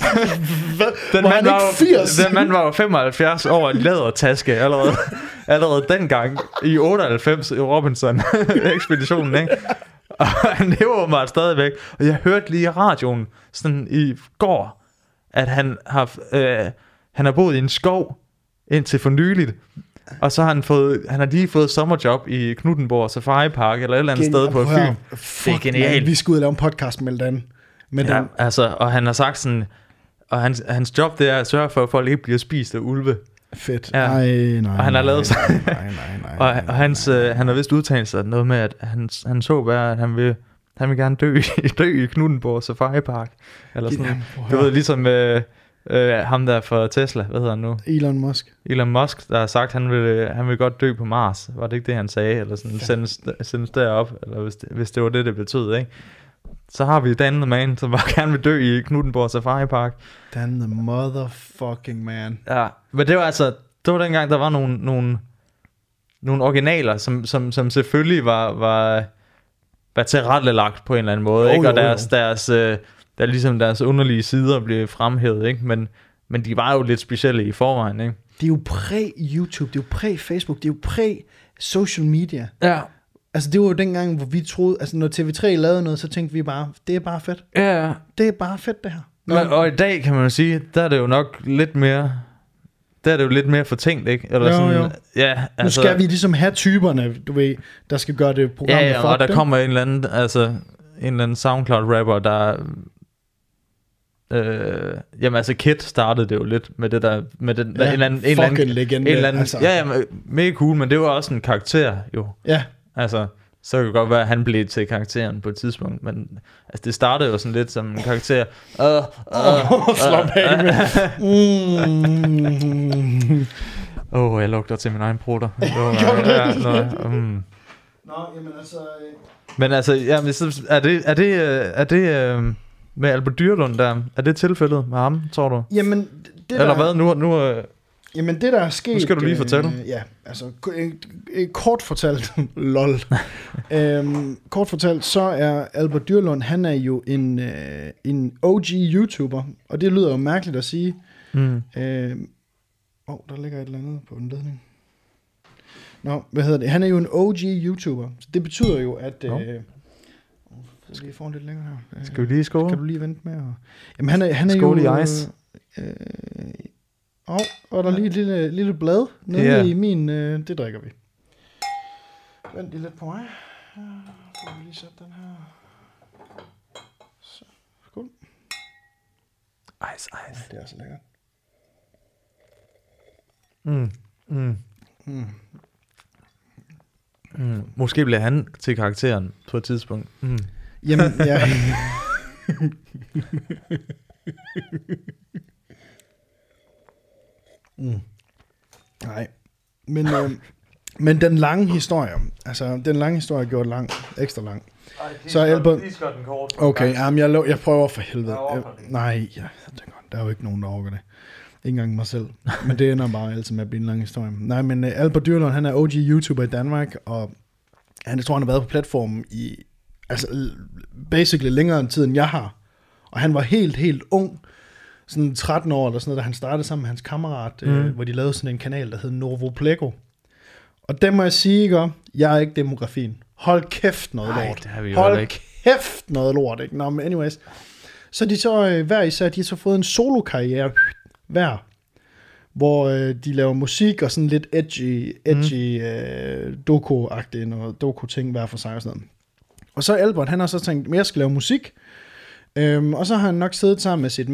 Den mand var jo 75 år, en lædertaske allerede dengang i 98 i Robinson-ekspeditionen, ikke? Og han lever meget stadigvæk. Og jeg hørte lige i radioen sådan i går, at han har boet i en skov indtil for nyligt. Og så har han har lige fået sommerjob i Knuthenborg Safari Park eller et eller andet sted på Fyn. Det er genialt. Vi skulle ud og lave en podcast med den. Ja, altså, og han har sagt sådan, og hans job det er at sørge for, at folk ikke bliver spist af ulve. Fedt. Ja. Nej. Og han har lavet sig. Og han har vist udtalt sig noget med, at han så bare, at han vil gerne dø i Knuthenborg Safari Park. Eller sådan. Du ved, ligesom ham der for Tesla, hvad hedder han nu? Elon Musk, der har sagt, at han vil godt dø på Mars. Var det ikke det, han sagde? Eller sådan sendes derop, eller hvis det var det betød, ikke? Så har vi Dan the Man, som bare gerne vil dø i Knuthenborg Safari Park. Dan the motherfucking man. Ja, men det var dengang, der var nogle originaler, som selvfølgelig var tilrettelagt på en eller anden måde, ikke? Og deres underlige sider blev fremhævet, ikke? Men de var jo lidt specielle i forvejen, ikke? Det er jo præ-YouTube, det er jo præ-Facebook, det er jo præ-social media. Ja. Altså det var jo dengang, hvor vi troede, altså når TV3 lavede noget, så tænkte vi bare, det er bare fedt. Ja. Det er bare fedt, det her. Og i dag kan man jo sige, der er det jo nok lidt mere... Der er det jo lidt mere fortænkt, ikke? Eller sådan, ja, altså, nu skal vi ligesom have typerne, du ved, der skal gøre det programmet og der kommer en eller anden SoundCloud-rapper, der... jamen altså Kid startede det jo lidt med det der... Med den, en legende. Altså. Ja, mega cool, men det var også en karakter, jo. Ja. Altså, så kan det godt være, at han blev til karakteren på et tidspunkt, men altså, det startede jo sådan lidt som en karakter. Slap af med. Jeg lugter til min egen brutter. Jamen altså... Men altså, er det med Albert Dyrlund der, er det tilfældet med ham, tror du? Jamen, det eller hvad, nu jamen det der er sket... Nu skal du lige fortælle. Ja, altså kort fortalt, lol. Kort fortalt, så er Albert Dyrlund, han er jo en OG YouTuber, og det lyder jo mærkeligt at sige. Der ligger et eller andet på en ledning. Han er jo en OG YouTuber, så det betyder jo, at... Skal vi få lidt længere her? Skal vi lige skåle? Skal du lige vente med? Jamen han er skål jo... i ice. Og der er lige et lille blad nede i min... det drikker vi. Vent lige lidt på mig. Så vil vi lige sætte den her. Så, skål. Ice. Ja, det er så lækkert. Måske bliver han til karakteren på et tidspunkt. Jamen, ja. Nej. Men den lange historie, gjort lang, ekstra lang. Så Albert... Okay, jamen jeg prøver for helvede. Nej, der er jo ikke nogen, der overgår det. Ikke engang mig selv. Men det ender bare altid med at blive en lang historie. Nej, men Albert Dyrlund, han er OG YouTuber i Danmark, og jeg tror, han har været på platformen i, altså basically længere end tid, end jeg har. Og han var helt ung, sådan 13 år eller sådan noget, da han startede sammen med hans kammerat, hvor de lavede sådan en kanal, der hed Novo Plego. Og det må jeg sige, ikke? Jeg er ikke demografien. Hold kæft noget lort. Hold kæft noget lort, ikke? Nå, men anyways. Så de så hver især, de har så fået en solo-karriere hver, hvor de laver musik og sådan lidt edgy doku-agtigt, noget doku-ting hver for sig og sådan noget. Og så Albert, han har så tænkt, at jeg skal lave musik, og så har han nok siddet sammen med sit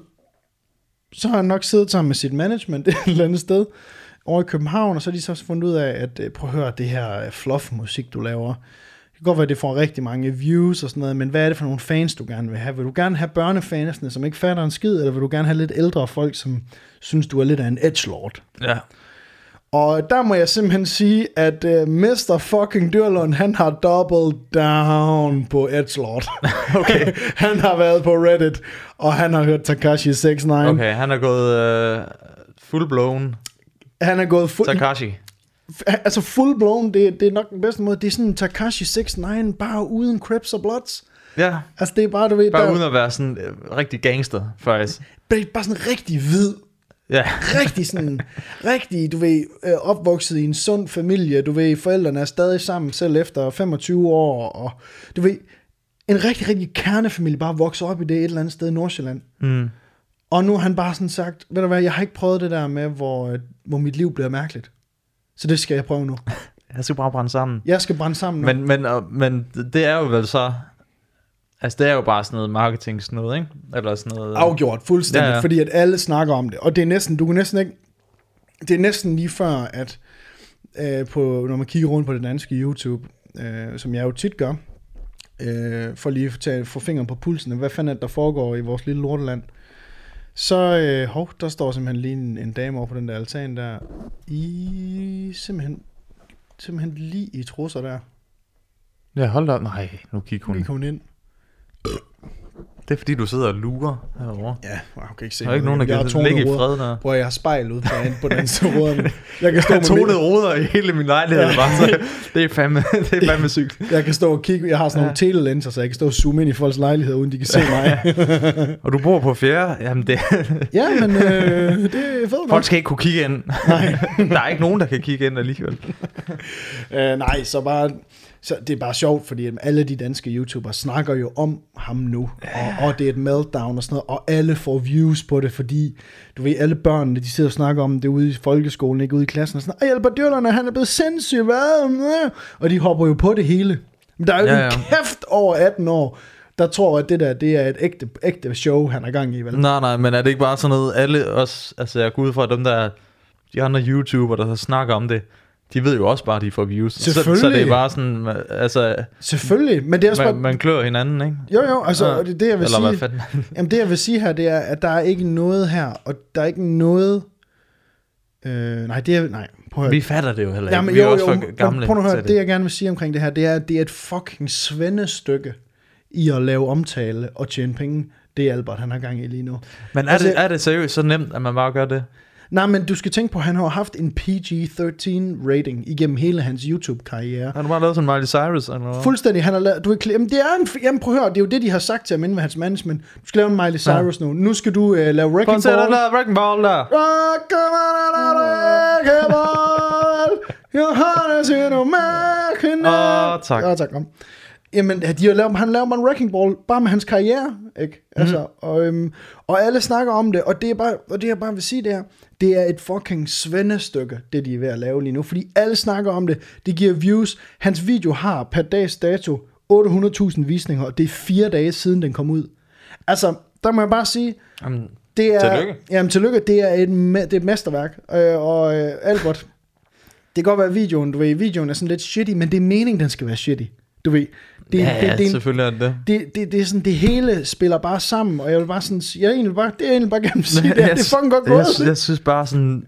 management, et eller andet sted over i København, og så har de så fundet ud af, at prøv at høre det her fluff-musik, du laver. Det kan godt være, at det får rigtig mange views og sådan noget, men hvad er det for nogle fans, du gerne vil have? Vil du gerne have børnefansene, som ikke fatter en skid, eller vil du gerne have lidt ældre folk, som synes, du er lidt af en edgelord? Ja. Og der må jeg simpelthen sige, at Mr. fucking Dyrlund, han har doubled down på Edgelord. Okay. Han har været på Reddit, og han har hørt Tekashi 69. Okay, han er gået full blown. Han er gået Tekashi. Altså full blown, det er nok den bedste måde. Det er sådan Tekashi 69, bare uden Crips og Bloods. Ja. Altså det er bare, du ved... Bare uden at være sådan rigtig gangster, faktisk. Bare sådan rigtig hvid. Ja. Rigtig, du ved, opvokset i en sund familie, du ved, forældrene er stadig sammen selv efter 25 år, og du ved, en rigtig, rigtig kernefamilie bare vokser op i det et eller andet sted i Nordsjælland. Mm. Og nu har han bare sådan sagt, ved du hvad, jeg har ikke prøvet det der med, hvor mit liv bliver mærkeligt. Så det skal jeg prøve nu. Jeg skal bare brænde sammen. Jeg skal brænde sammen nu. Men det er jo vel så... Altså det er jo bare sådan noget marketing sådan noget, ikke? Eller sådan noget... Afgjort, fuldstændig, ja. fordi at alle snakker om det. Og det er næsten, du kan næsten ikke... Det er næsten lige før, at når man kigger rundt på det danske YouTube, som jeg jo tit gør, for lige at få fingeren på pulsen, hvad fanden er det, der foregår i vores lille lorteland, så der står simpelthen lige en dame over på den der altan der, simpelthen lige i trusser der. Ja, hold da op. Nej, nu kigger hun. Lige kom ind. Det er fordi, du sidder og lurer herovre. Ja, jeg kan ikke se. Der er ikke nogen, der kan ligge i fred der. Prøv, jeg har spejl ud på den side ruderne. Jeg kan stå med tonede ruder i hele min lejlighed. Ja. Bare, så det er fandme sygt. Jeg kan stå og kigge. Jeg har sådan nogle telelenser, så jeg kan stå og zoome ind i folks lejligheder, uden de kan se mig. Og du bor på fjerde? Jamen det... Ja, men det er fedt nok. Folk skal ikke kunne kigge ind. Nej. Der er ikke nogen, der kan kigge ind alligevel. Nej, så det er bare sjovt, fordi alle de danske YouTubere snakker jo om ham nu, og det er et meltdown og sådan noget, og alle får views på det, fordi du ved, alle børnene, de sidder og snakker om det ude i folkeskolen, ikke ude i klassen, og sådan, Albert Dyrlund, han er blevet sindssyg, hvad? Og de hopper jo på det hele. Men der er jo en kæft over 18 år, der tror, at det der, det er et ægte show, han er gang i, vel? Nej, men er det ikke bare sådan noget, alle os, altså jeg går ud fra dem der, de andre YouTubere, der snakker om det, de ved jo også bare, at de får views. Så det er bare sådan, altså... Selvfølgelig, men det er også bare... Man klør hinanden, ikke? Jo, altså, og det jeg vil sige... Eller hvad fanden? Jamen, det jeg vil sige her, det er, at der er ikke noget her, og der er ikke noget... Nej, prøv at høre. Vi fatter det jo heller ikke. Jamen, vi er også for gamle. Prøv at høre, det jeg gerne vil sige omkring det her, det er, at det er et fucking svendestykke i at lave omtale og tjene penge. Det er Albert, han har gang i lige nu. Men er det seriøst så nemt, at man bare gør det? Nej, men du skal tænke på, at han har haft en PG-13 rating igennem hele hans YouTube-karriere. Han har bare lavet sådan Miley Cyrus eller noget. Fuldstændig, han har lavet... Jamen prøv at høre, det er jo det, de har sagt til ham inden med hans management. Du skal lave en Miley Cyrus nu. Nu skal du lave Wrecking Ball. Wrecking Ball der. Wrecking Ball. Your heart is in American. Tak. Tak. Jamen, han laver bare en Wrecking Ball, bare med hans karriere, ikke? Altså, og alle snakker om det, og det jeg bare vil sige, det er et fucking svendestykke, det de er ved at lave lige nu, fordi alle snakker om det, det giver views, hans video har per dags dato 800.000 visninger, og det er 4 dage siden den kom ud. Altså, der må jeg bare sige, det er... Tillykke. Jamen, tillykke, det er et mesterværk, og Albert, det kan godt være, at videoen er sådan lidt shitty, men det er meningen, den skal være shitty. Du ved, det selvfølgelig er det. Det er sådan, det hele spiller bare sammen, og jeg vil bare sådan, det er egentlig bare gerne sige, det er fucking godt gået. Jeg synes bare sådan,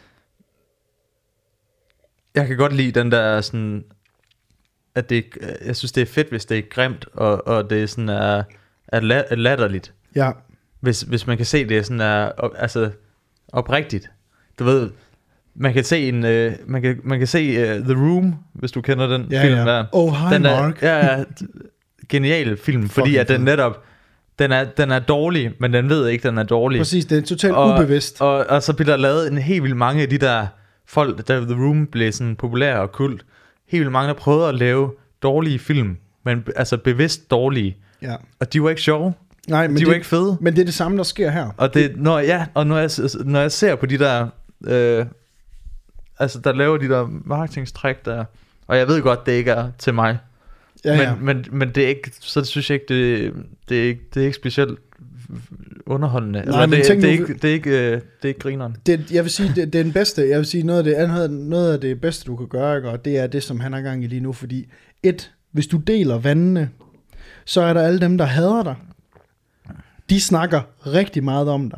jeg kan godt lide den der sådan, at det, jeg synes det er fedt, hvis det er grimt, og det er sådan er latterligt. Ja. Hvis man kan se det sådan altså oprigtigt. Du ved, man kan se man kan se The Room, hvis du kender den film der. Oh, hi den Mark. Ja, genial film, fordi at den netop den er dårlig, men den ved ikke den er dårlig. Præcis, det er totalt ubevidst. Og så bliver der lavet en helt vildt mange af de der folk, der The Room blev sådan populær og kult. Helt vildt mange der prøvede at lave dårlige film, men altså bevidst dårlige. Ja. Og de var ikke sjove. Nej, men de var ikke fede. Men det er det samme der sker her. Og når jeg ser på de der altså der laver de der marketingstræk der, og jeg ved godt det ikke er til mig. Ja. Men det er ikke, så synes jeg ikke det er ikke specielt underholdende. Nej, altså, det er ikke grineren. Jeg vil sige det er den bedste. Jeg vil sige noget af det bedste du kan gøre, og det er det som han har gang i lige nu, fordi hvis du deler vandene, så er der alle dem der hader dig. De snakker rigtig meget om dig.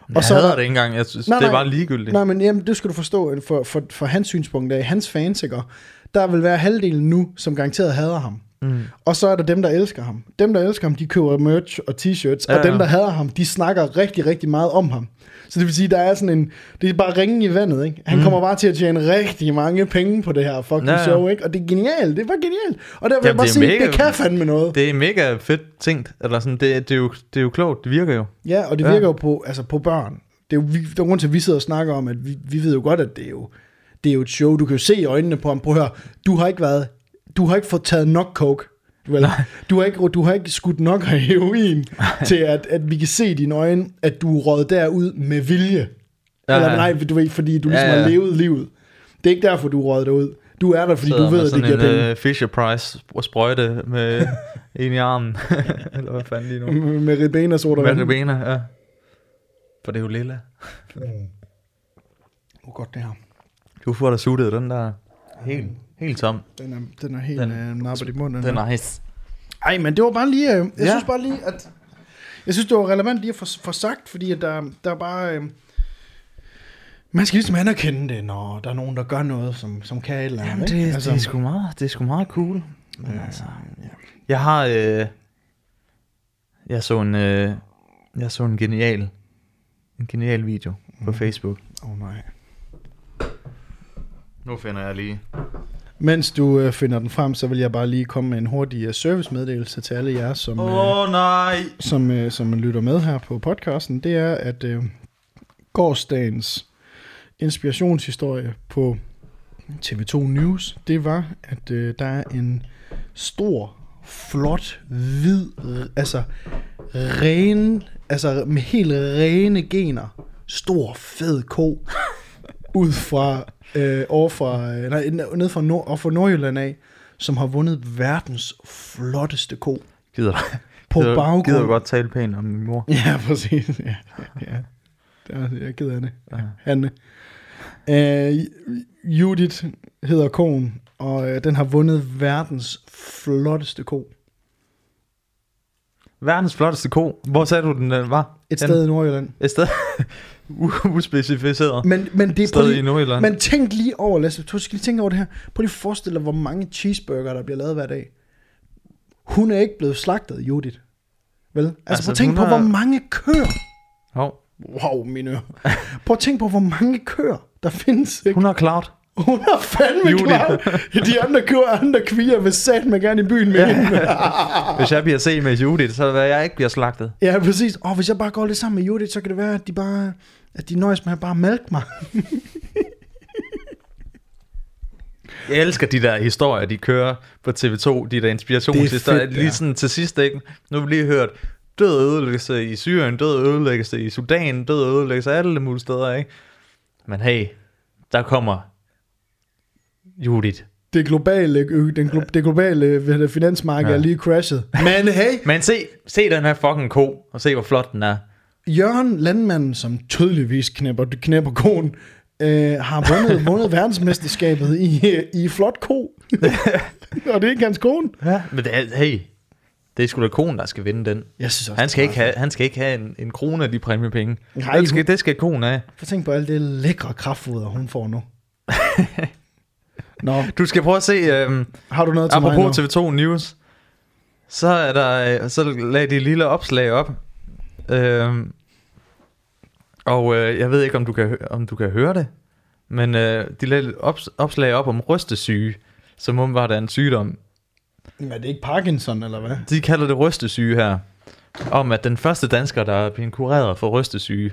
Jeg hader det ikke engang. Jeg synes, det er bare ligegyldigt. Nej, men jamen, det skal du forstå. For hans synspunkt af hans fans, ikke? Der vil være halvdelen nu, som garanteret hader ham. Og så er der dem, der elsker ham. Dem, der elsker ham, de køber merch og t-shirts. Og dem, der hader ham, de snakker rigtig, rigtig meget om ham. Så det vil sige, der er sådan en... Det er bare ringen i vandet, ikke? Han kommer bare til at tjene rigtig mange penge på det her fucking show, ikke? Og det er genialt. Det var genialt. Og der vil jeg bare sige, mega, det kan fandme noget. Det er mega fedt tænkt. Eller sådan, det er jo klogt. Det virker jo. Ja, og det virker jo på børn. Det er jo der er grund til, at vi sidder og snakker om, at vi ved jo godt, at det er jo et show. Du kan jo se i øjnene på ham. Prøv at høre. Du har ikke fået taget nok coke. Du har ikke skudt nok af heroin til, at vi kan se i dine øjne, at du er røget derud med vilje. Eller nej, du ved, fordi du ligesom har levet livet. Det er ikke derfor, du er røget derud. Du er der, fordi du ved, at det giver penge. Fisher Price sprøjte med en i armen. Eller hvad fanden lige nu? Med ribena sort og vand. Med ribena, ja. For det er jo lilla. Hvor godt det her. Du får da suttet den der helt tom. Den er helt nappet i munden. Den er nice. Ej, men det var bare lige... Jeg synes bare lige, at... Jeg synes, det var relevant lige at få sagt, fordi at der er bare... man skal ligesom anerkende det, når der er nogen, der gør noget, som kan et eller andet. Jamen, det er sgu meget cool. Men altså, jeg har... Jeg så en genial video på Facebook. Nej. Nu finder jeg lige... Mens du finder den frem, så vil jeg bare lige komme med en hurtig servicemeddelelse til alle jer, som lytter med her på podcasten. Det er, at gårsdagens inspirationshistorie på TV2 News, det var, at der er en stor, flot, hvid, med helt rene gener, stor, fed ko, ud fra ned fra Nordjylland af, som har vundet verdens flotteste ko. Gider du godt tale pænt om min mor? Ja, præcis. Ja. Jeg gider af det. Ja. Hanne. Judith hedder koen, og den har vundet verdens flotteste ko. Verdens flotteste ko? Hvor sagde du, den var? Et sted i Nordjylland. Et sted? Uspecificeret. Men det er sted i Nordjylland. Men tænk lige over, Lasse. Du skal lige tænke over det her. Prøv lige at forestille dig, hvor mange cheeseburger, der bliver lavet hver dag. Hun er ikke blevet slagtet, Judith. Vel? Altså prøv at tænke på, hvor mange køer. Wow, mine ører. Prøv at tænke på, hvor mange køer, der findes. Ikke? Hun har klart. Hun har fandme klart. De andre kvier vil satme gerne i byen med hende. Hvis jeg bliver set med Judith, så er det, at jeg ikke bliver slagtet. Ja, præcis. Hvis jeg bare går lidt sammen med Judith, så kan det være, at de nøjes med at bare mælke mig. Jeg elsker de der historier, de kører på TV2, de der inspirationshistorier. Lige sådan til sidst, ikke? Nu har vi lige hørt død ødelæggelse i Syrien, død ødelæggelse i Sudan, død ødelæggelse alle mulige steder, ikke? Men hey, der kommer Judith. Det globale finansmarked er lige crashet. Men hey! Men se den her fucking ko, og se hvor flot den er. Jørgen, landmanden, som tydeligvis knæpper koen, har vundet verdensmesterskabet i flot ko. Og det er ikke hans kone. Ja, men det er sgu da konen, der skal vinde den. Jeg synes også, han skal ikke have en krone af de præmiepenge. Nej, det skal konen have. For tænk på alt det lækre kraftfoder, hun får nu. Nå. Du skal prøve at se, har du noget til apropos TV2 News, så lagde de et lille opslag op. Jeg ved ikke, om du kan høre det, men de lagde et opslag op om rystesyge, som åbenbart er en sygdom. Men er det ikke Parkinson, eller hvad? De kalder det rystesyge her, om at den første dansker, der er blevet kureret for rystesyge.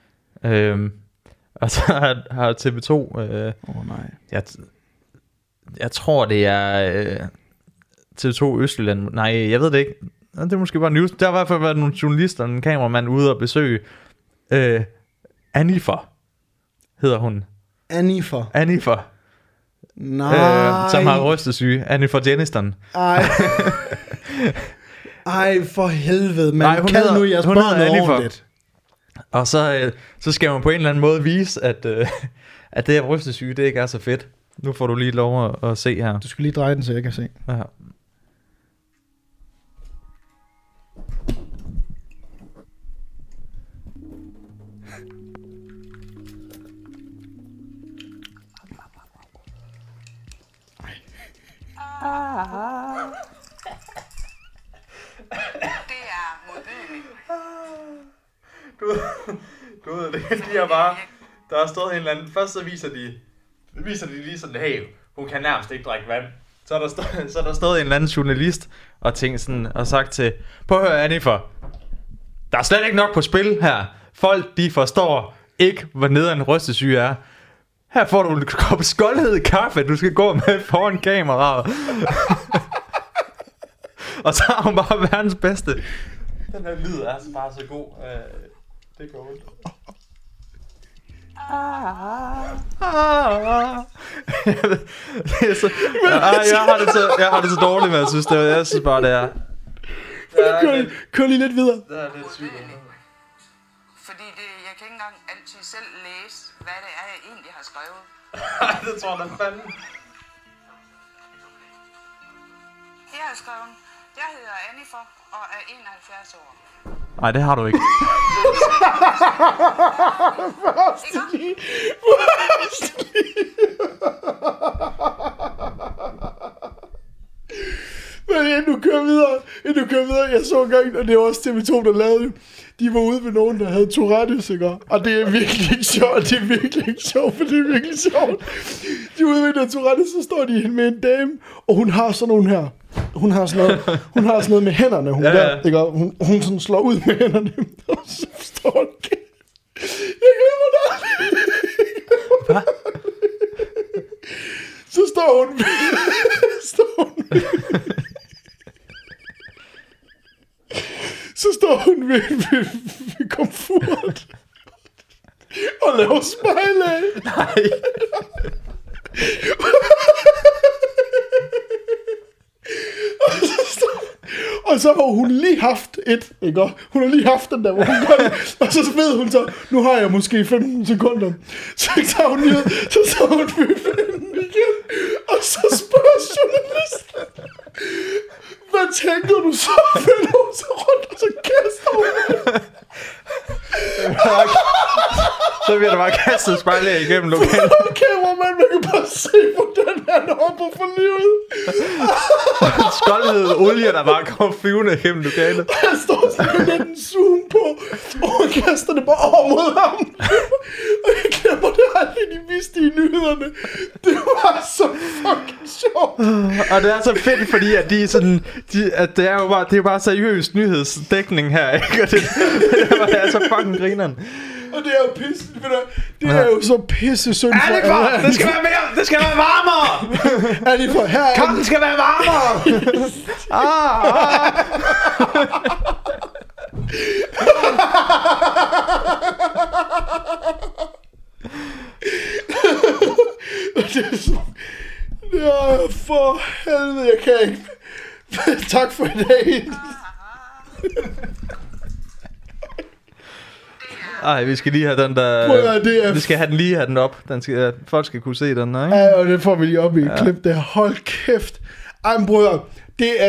Og så har TV2... nej. Jeg tror, det er TV2 Østjylland. Nej, jeg ved det ikke. Det er måske bare news. Der har i hvert fald været nogle journalister og en kameramand ude og besøge Annifer, hedder hun. Annifer. Nej. Som har rystesyge. Annifer Jenniston. Ej, for helvede, man. Kan nu jeres børn ordentligt. Og så skal man på en eller anden måde vise, at det her rystesyge, det ikke er så fedt. Nu får du lige lov at se her. Du skal lige dreje den, så jeg kan se. Ja. Det er modbydeligt. Du ved det, de er bare... Der er stået en eller anden... Først så viser de lige sådan, hey, hun kan nærmest ikke drikke vand. Så er der stået en eller anden journalist og tænkt sådan, og sagt til, prøv at høre, Annifer, der er slet ikke nok på spil her. Folk, de forstår ikke, hvor nederen rystesyge er. Her får du en kop skoldhed kaffe, du skal gå med foran kameraet. Og så har hun bare verdens bedste. Den her lyd er altså bare så god. Det går ondt. Jeg har det så dårligt med, jeg synes det. Jeg synes bare det er. Kør lige lidt videre. Det er lidt sygt. Fordi jeg kan ikke engang altid selv læse, hvad det er, jeg egentlig har skrevet. Det tror jeg da fanden. Jeg har skrevet, jeg hedder Annifer og er 71 år. Nej, det har du ikke. Men inden du kører videre, jeg så engang, og det var også TV2, der lavede det. De var ude ved nogen, der havde Tourette's, ikke? Og det er virkelig ikke sjovt, for det er virkelig sjovt. De er ude ved der Tourette's, så står de med en dame, og hun har sådan nogle her. Hun har sådan noget med hænderne, hun ikke? Hun sådan slår ud med hænderne, og så står hun. Jeg glemmer det. Hvad? Så står hun. Så står hun ved komfort og laver spejl af. Nej. Og så har hun lige haft ikke? Hun har lige haft den der, hvor hun gør det. Og så ved hun så, nu har jeg måske 15 sekunder. Så tager hun lige ud, så tager hun den igen. Og så spørger journalisten, hvad tænker du så? Vender hun så rundt, og så kaster hun. Så bliver der bare kastet spejle igennem lokalet. Okay, man kan bare se, hvordan han hopper for livet. Skoldhed olie, der bare kommer flyvende igennem lokalet. Han står sådan med den zoom på, og han kaster det bare over mod ham. Og jeg glemmer det aldrig, de viste i nyhederne. Det var så fucking sjovt. Og det er så fedt, fordi at de er sådan, at det er jo bare seriøs nyhedsdækning her, ikke? Og det er så fucking grineren. Og det er jo pisse, det er jo så pisse synd for Annifer, det skal være mere, det skal være varmere. Annifer, her er Kampen skal være varmere. Ja, for helvede, jeg kan ikke. Tak for i dag. Ej, vi skal lige have den der. Vi skal have den op. Folk skal kunne se den, ikke? Ja, og det får vi lige op i et klip der. Hold kæft. Ej, men brødre, det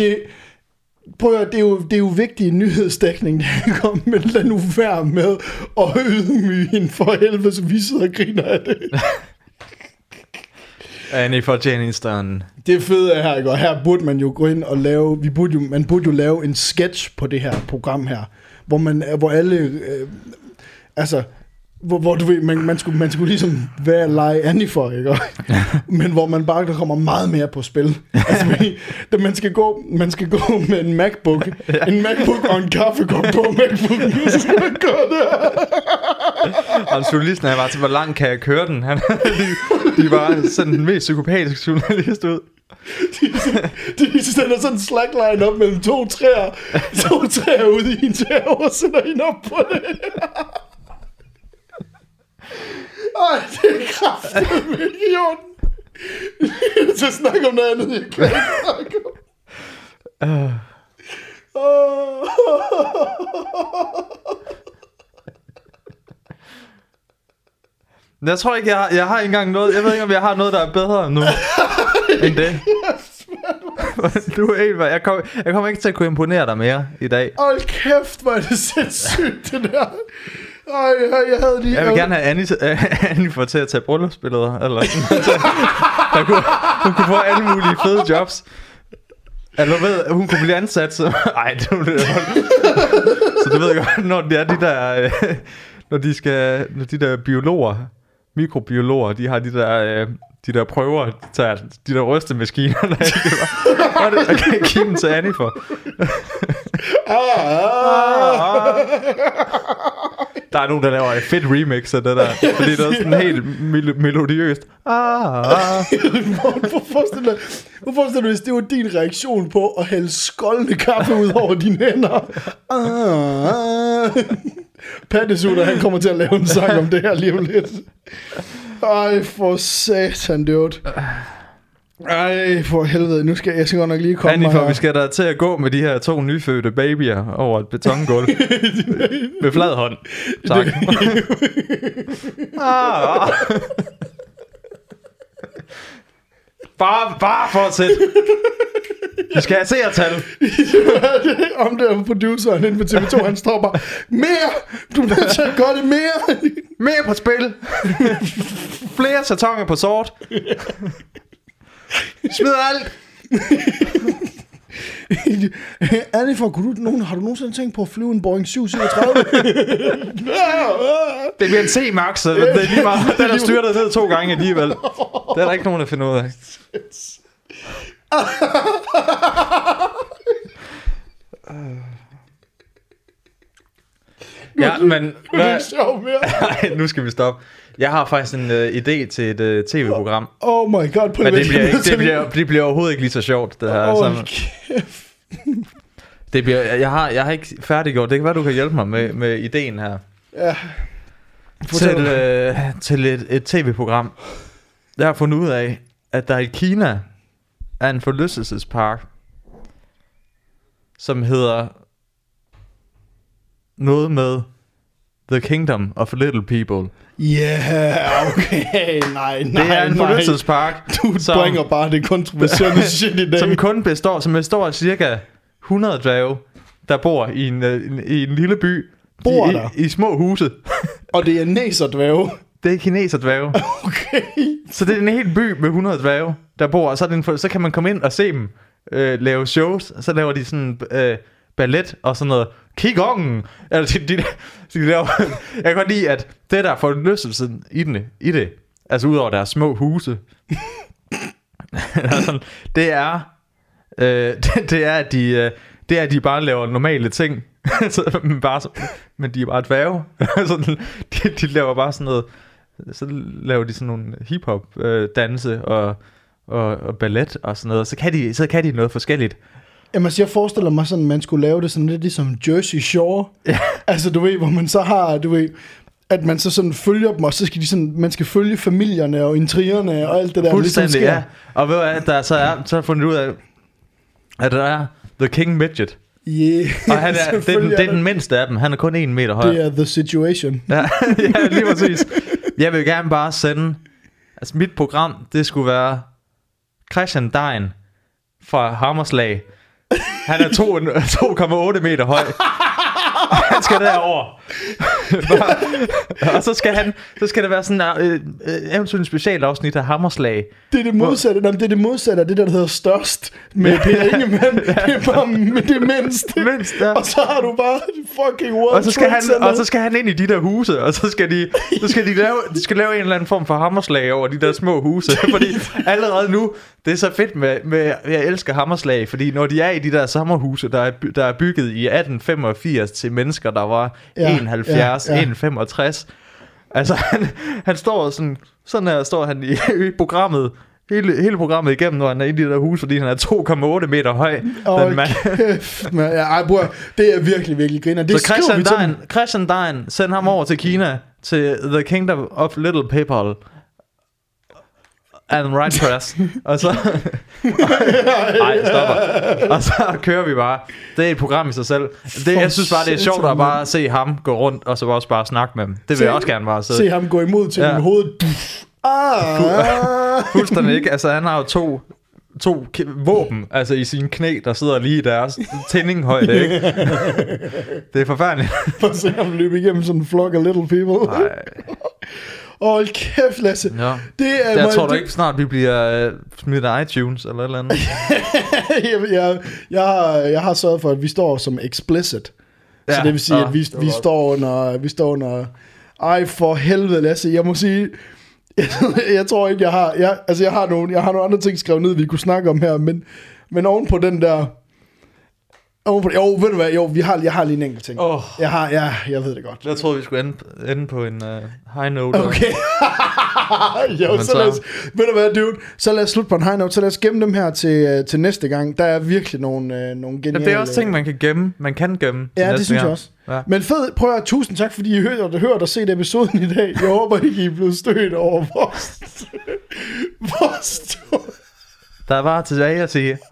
er jo vigtig nyhedsdækning, der kommer, men lad nu være med at ydmyge hende for helvede, så vi sidder og griner af det. Annie for Janiston. Det fede er her, ikke? Og her burde man jo gå ind og lave, man burde jo lave en sketch på det her program her, hvor alle, hvor du ved, man skulle ligesom være lege Annifer, ikke? Men hvor man bare, der kommer meget mere på spil. Altså, man skal gå med en MacBook, en MacBook og en kaffekop på MacBooken, så skal man gå der. Og journalisten er bare til, hvor langt kan jeg køre den? De var sådan den mest psykopatiske journalist ud. De sender sådan en slackline op mellem to træer ude i en træer, og sender hende op på det. Ej, det er kraftigt ikke i orden. Så snakke om noget andet, jeg kan ikke snakke om. Jeg tror ikke, jeg har ikke engang noget. Jeg ved ikke, om jeg har noget, der er bedre nu end det. Du er helt, jeg kommer ikke til at kunne imponere dig mere i dag. Hold kæft, hvor er det sindssygt, det der. Jeg vil gerne have Annie for til at tage bryllupsbilleder, eller sådan. Hun kunne få alle mulige fede jobs. Altså, du ved, hun kunne blive ansat, så... Ej, det var det. Så du ved godt, når det er de der... Når de der biologer, mikrobiologer, de har de der prøver, de der rystemaskiner, der kan jeg give dem til Annie for. Der er nogen, der laver et fedt remix af det der, fordi det er sådan helt melodiøst. Hvor forestiller du, hvis det var din reaktion på at hælde skoldende kaffe ud over dine hænder? Pattesutter, han kommer til at lave en sang om det her lige om lidt. Ej, for satan, dude. Ej, for helvede, nu skal jeg godt nok lige komme Annie, for vi skal da til at gå med de her 2 nyfødte babyer over et betongulv. Med flad hånd. Tak. Bare fortsæt. Vi skal have seertal. Om det er produceren inde på TV2, han står bare, mere! Du er nødt til at gøre det mere! Mere på spil. Flere sæsoner på sort. Smid alt. Annie, har du nogensinde tænkt på at flyve en Boeing 737? Det bliver en C-Max, så det er lige meget. Den er styrtet ned 2 gange alligevel. Det er der ikke nogen, der finder ud af. Ja, men... Nej, nu skal vi stoppe. Jeg har faktisk en idé til et tv-program. Oh my god, men det bliver overhovedet ikke lige så sjovt, det her. Det bliver, jeg har ikke færdiggjort. Det kan være, du kan hjælpe mig med ideen her. Ja. Til et tv-program. Jeg har fundet ud af, at der i Kina er en forlystelsespark, som hedder noget med The Kingdom of Little People. Okay, nej. Det er en forlystelsespark. Du bringer bare det kontroversielle shit i dag. Som består af cirka 100 dværge, der bor i en lille by. I små huse. Og det er næserdværge. Det er kineserdværge. Okay. Så det er en hel by med 100 dværge, der bor. Og så kan man komme ind og se dem lave shows. Så laver de sådan ballet og sådan noget. Qigong. Altså, de laver, jeg kan godt lide, at det der forlystelsen i det, altså ud over deres små huse, det er, at de bare laver normale ting. Men de er bare dværge. De laver bare sådan noget. Så laver de sådan nogle hiphop danse og ballet og sådan noget. Så kan de noget forskelligt. Jamen, jeg forestiller mig sådan, at man skulle lave det sådan lidt ligesom Jersey Shore. Ja. Altså, du ved, hvor man så har, at man så sådan følger dem, og så skal man skal følge familierne og intrigerne og alt det der. Fuldstændig, ligesom ja. Og ved du hvad, der så har jeg fundet ud af, at der er The King Midget. Yeah, og det er den mindste af dem. Han er kun 1 meter høj. Det er The Situation. Ja, lige præcis. Jeg vil gerne bare sende, altså mit program, det skulle være Christian Dein fra Hammerslag. Han er 2,8 meter høj. Og han skal derover. Og så skal det være sådan eventuelt en specialafsnit af Hammerslag. Det er det modsatte. Det er det modsatte af det der hedder Størst med Per Ingemann. Det er bare med det mindste. Ja. Og så har du bare fucking World og så skal han ind i de der huse, og så skal de lave en eller anden form for hammerslag over de der små huse. Fordi allerede nu, det er så fedt med jeg elsker hammerslag, fordi når de er i de der sommerhuse, der er bygget i 1885 til mennesker, der var 71, 1,65. Altså han står sådan her står han i programmet, hele programmet igennem, når han er i de der hus, fordi han er 2,8 meter høj. Det er virkelig, virkelig griner. Det så Christian Dein, send ham over til Kina, til The Kingdom of Little People and Right Press. Og så stopper. Og så kører vi bare. Det er et program i sig selv. Jeg synes bare, det er sjovt at bare se ham gå rundt, og så også bare snakke med dem. Det vil jeg også gerne bare se ham gå imod til hovedet. Fuldstændig ikke. Altså han har jo våben, altså i sine knæ, der sidder lige i deres tændinghøjde, ikke? Det er forfærdeligt. For at se ham løbe igennem sådan en flok af little people. Nej. Hold kæft, Lasse. Ja. Det er Jeg tror da ikke snart, vi bliver smidt af iTunes eller et eller andet. jeg har sørget for, at vi står som explicit. Ja, så det vil sige, at vi står under... Ej, for helvede, Lasse. Jeg må sige... jeg tror ikke, jeg har nogle andre ting skrevet ned, vi kunne snakke om her, men oven på den der... ved du hvad? Jeg har lige en enkelt ting. Jeg ved det godt. Jeg troede, vi skulle ende på en high note. Okay. Ved du hvad, dude? Så lad os slutte på en high note. Så lad os gemme dem her til næste gang. Der er virkelig nogle geniale... Det er også ting, man kan gemme. Man kan gemme. Ja, det synes jeg også. Ja. Men fed, prøv at tusind tak, fordi I hørte og set episoden i dag. Jeg håber ikke, I er blevet stødt over vores Der er bare tilbage at sige.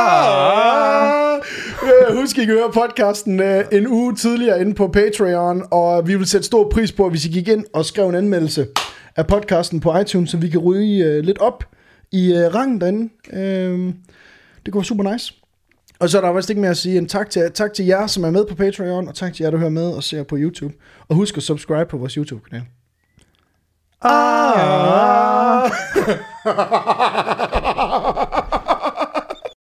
Husk, I kan høre podcasten en uge tidligere inde på Patreon, og vi vil sætte stor pris på, hvis I gik ind og skrev en anmeldelse af podcasten på iTunes, så vi kan ryge lidt op i rangen derinde. Det går super nice. Og så er der vist ikke mere at sige end tak til jer, som er med på Patreon, og tak til jer, der hører med og ser på YouTube. Og husk at subscribe på vores YouTube-kanal.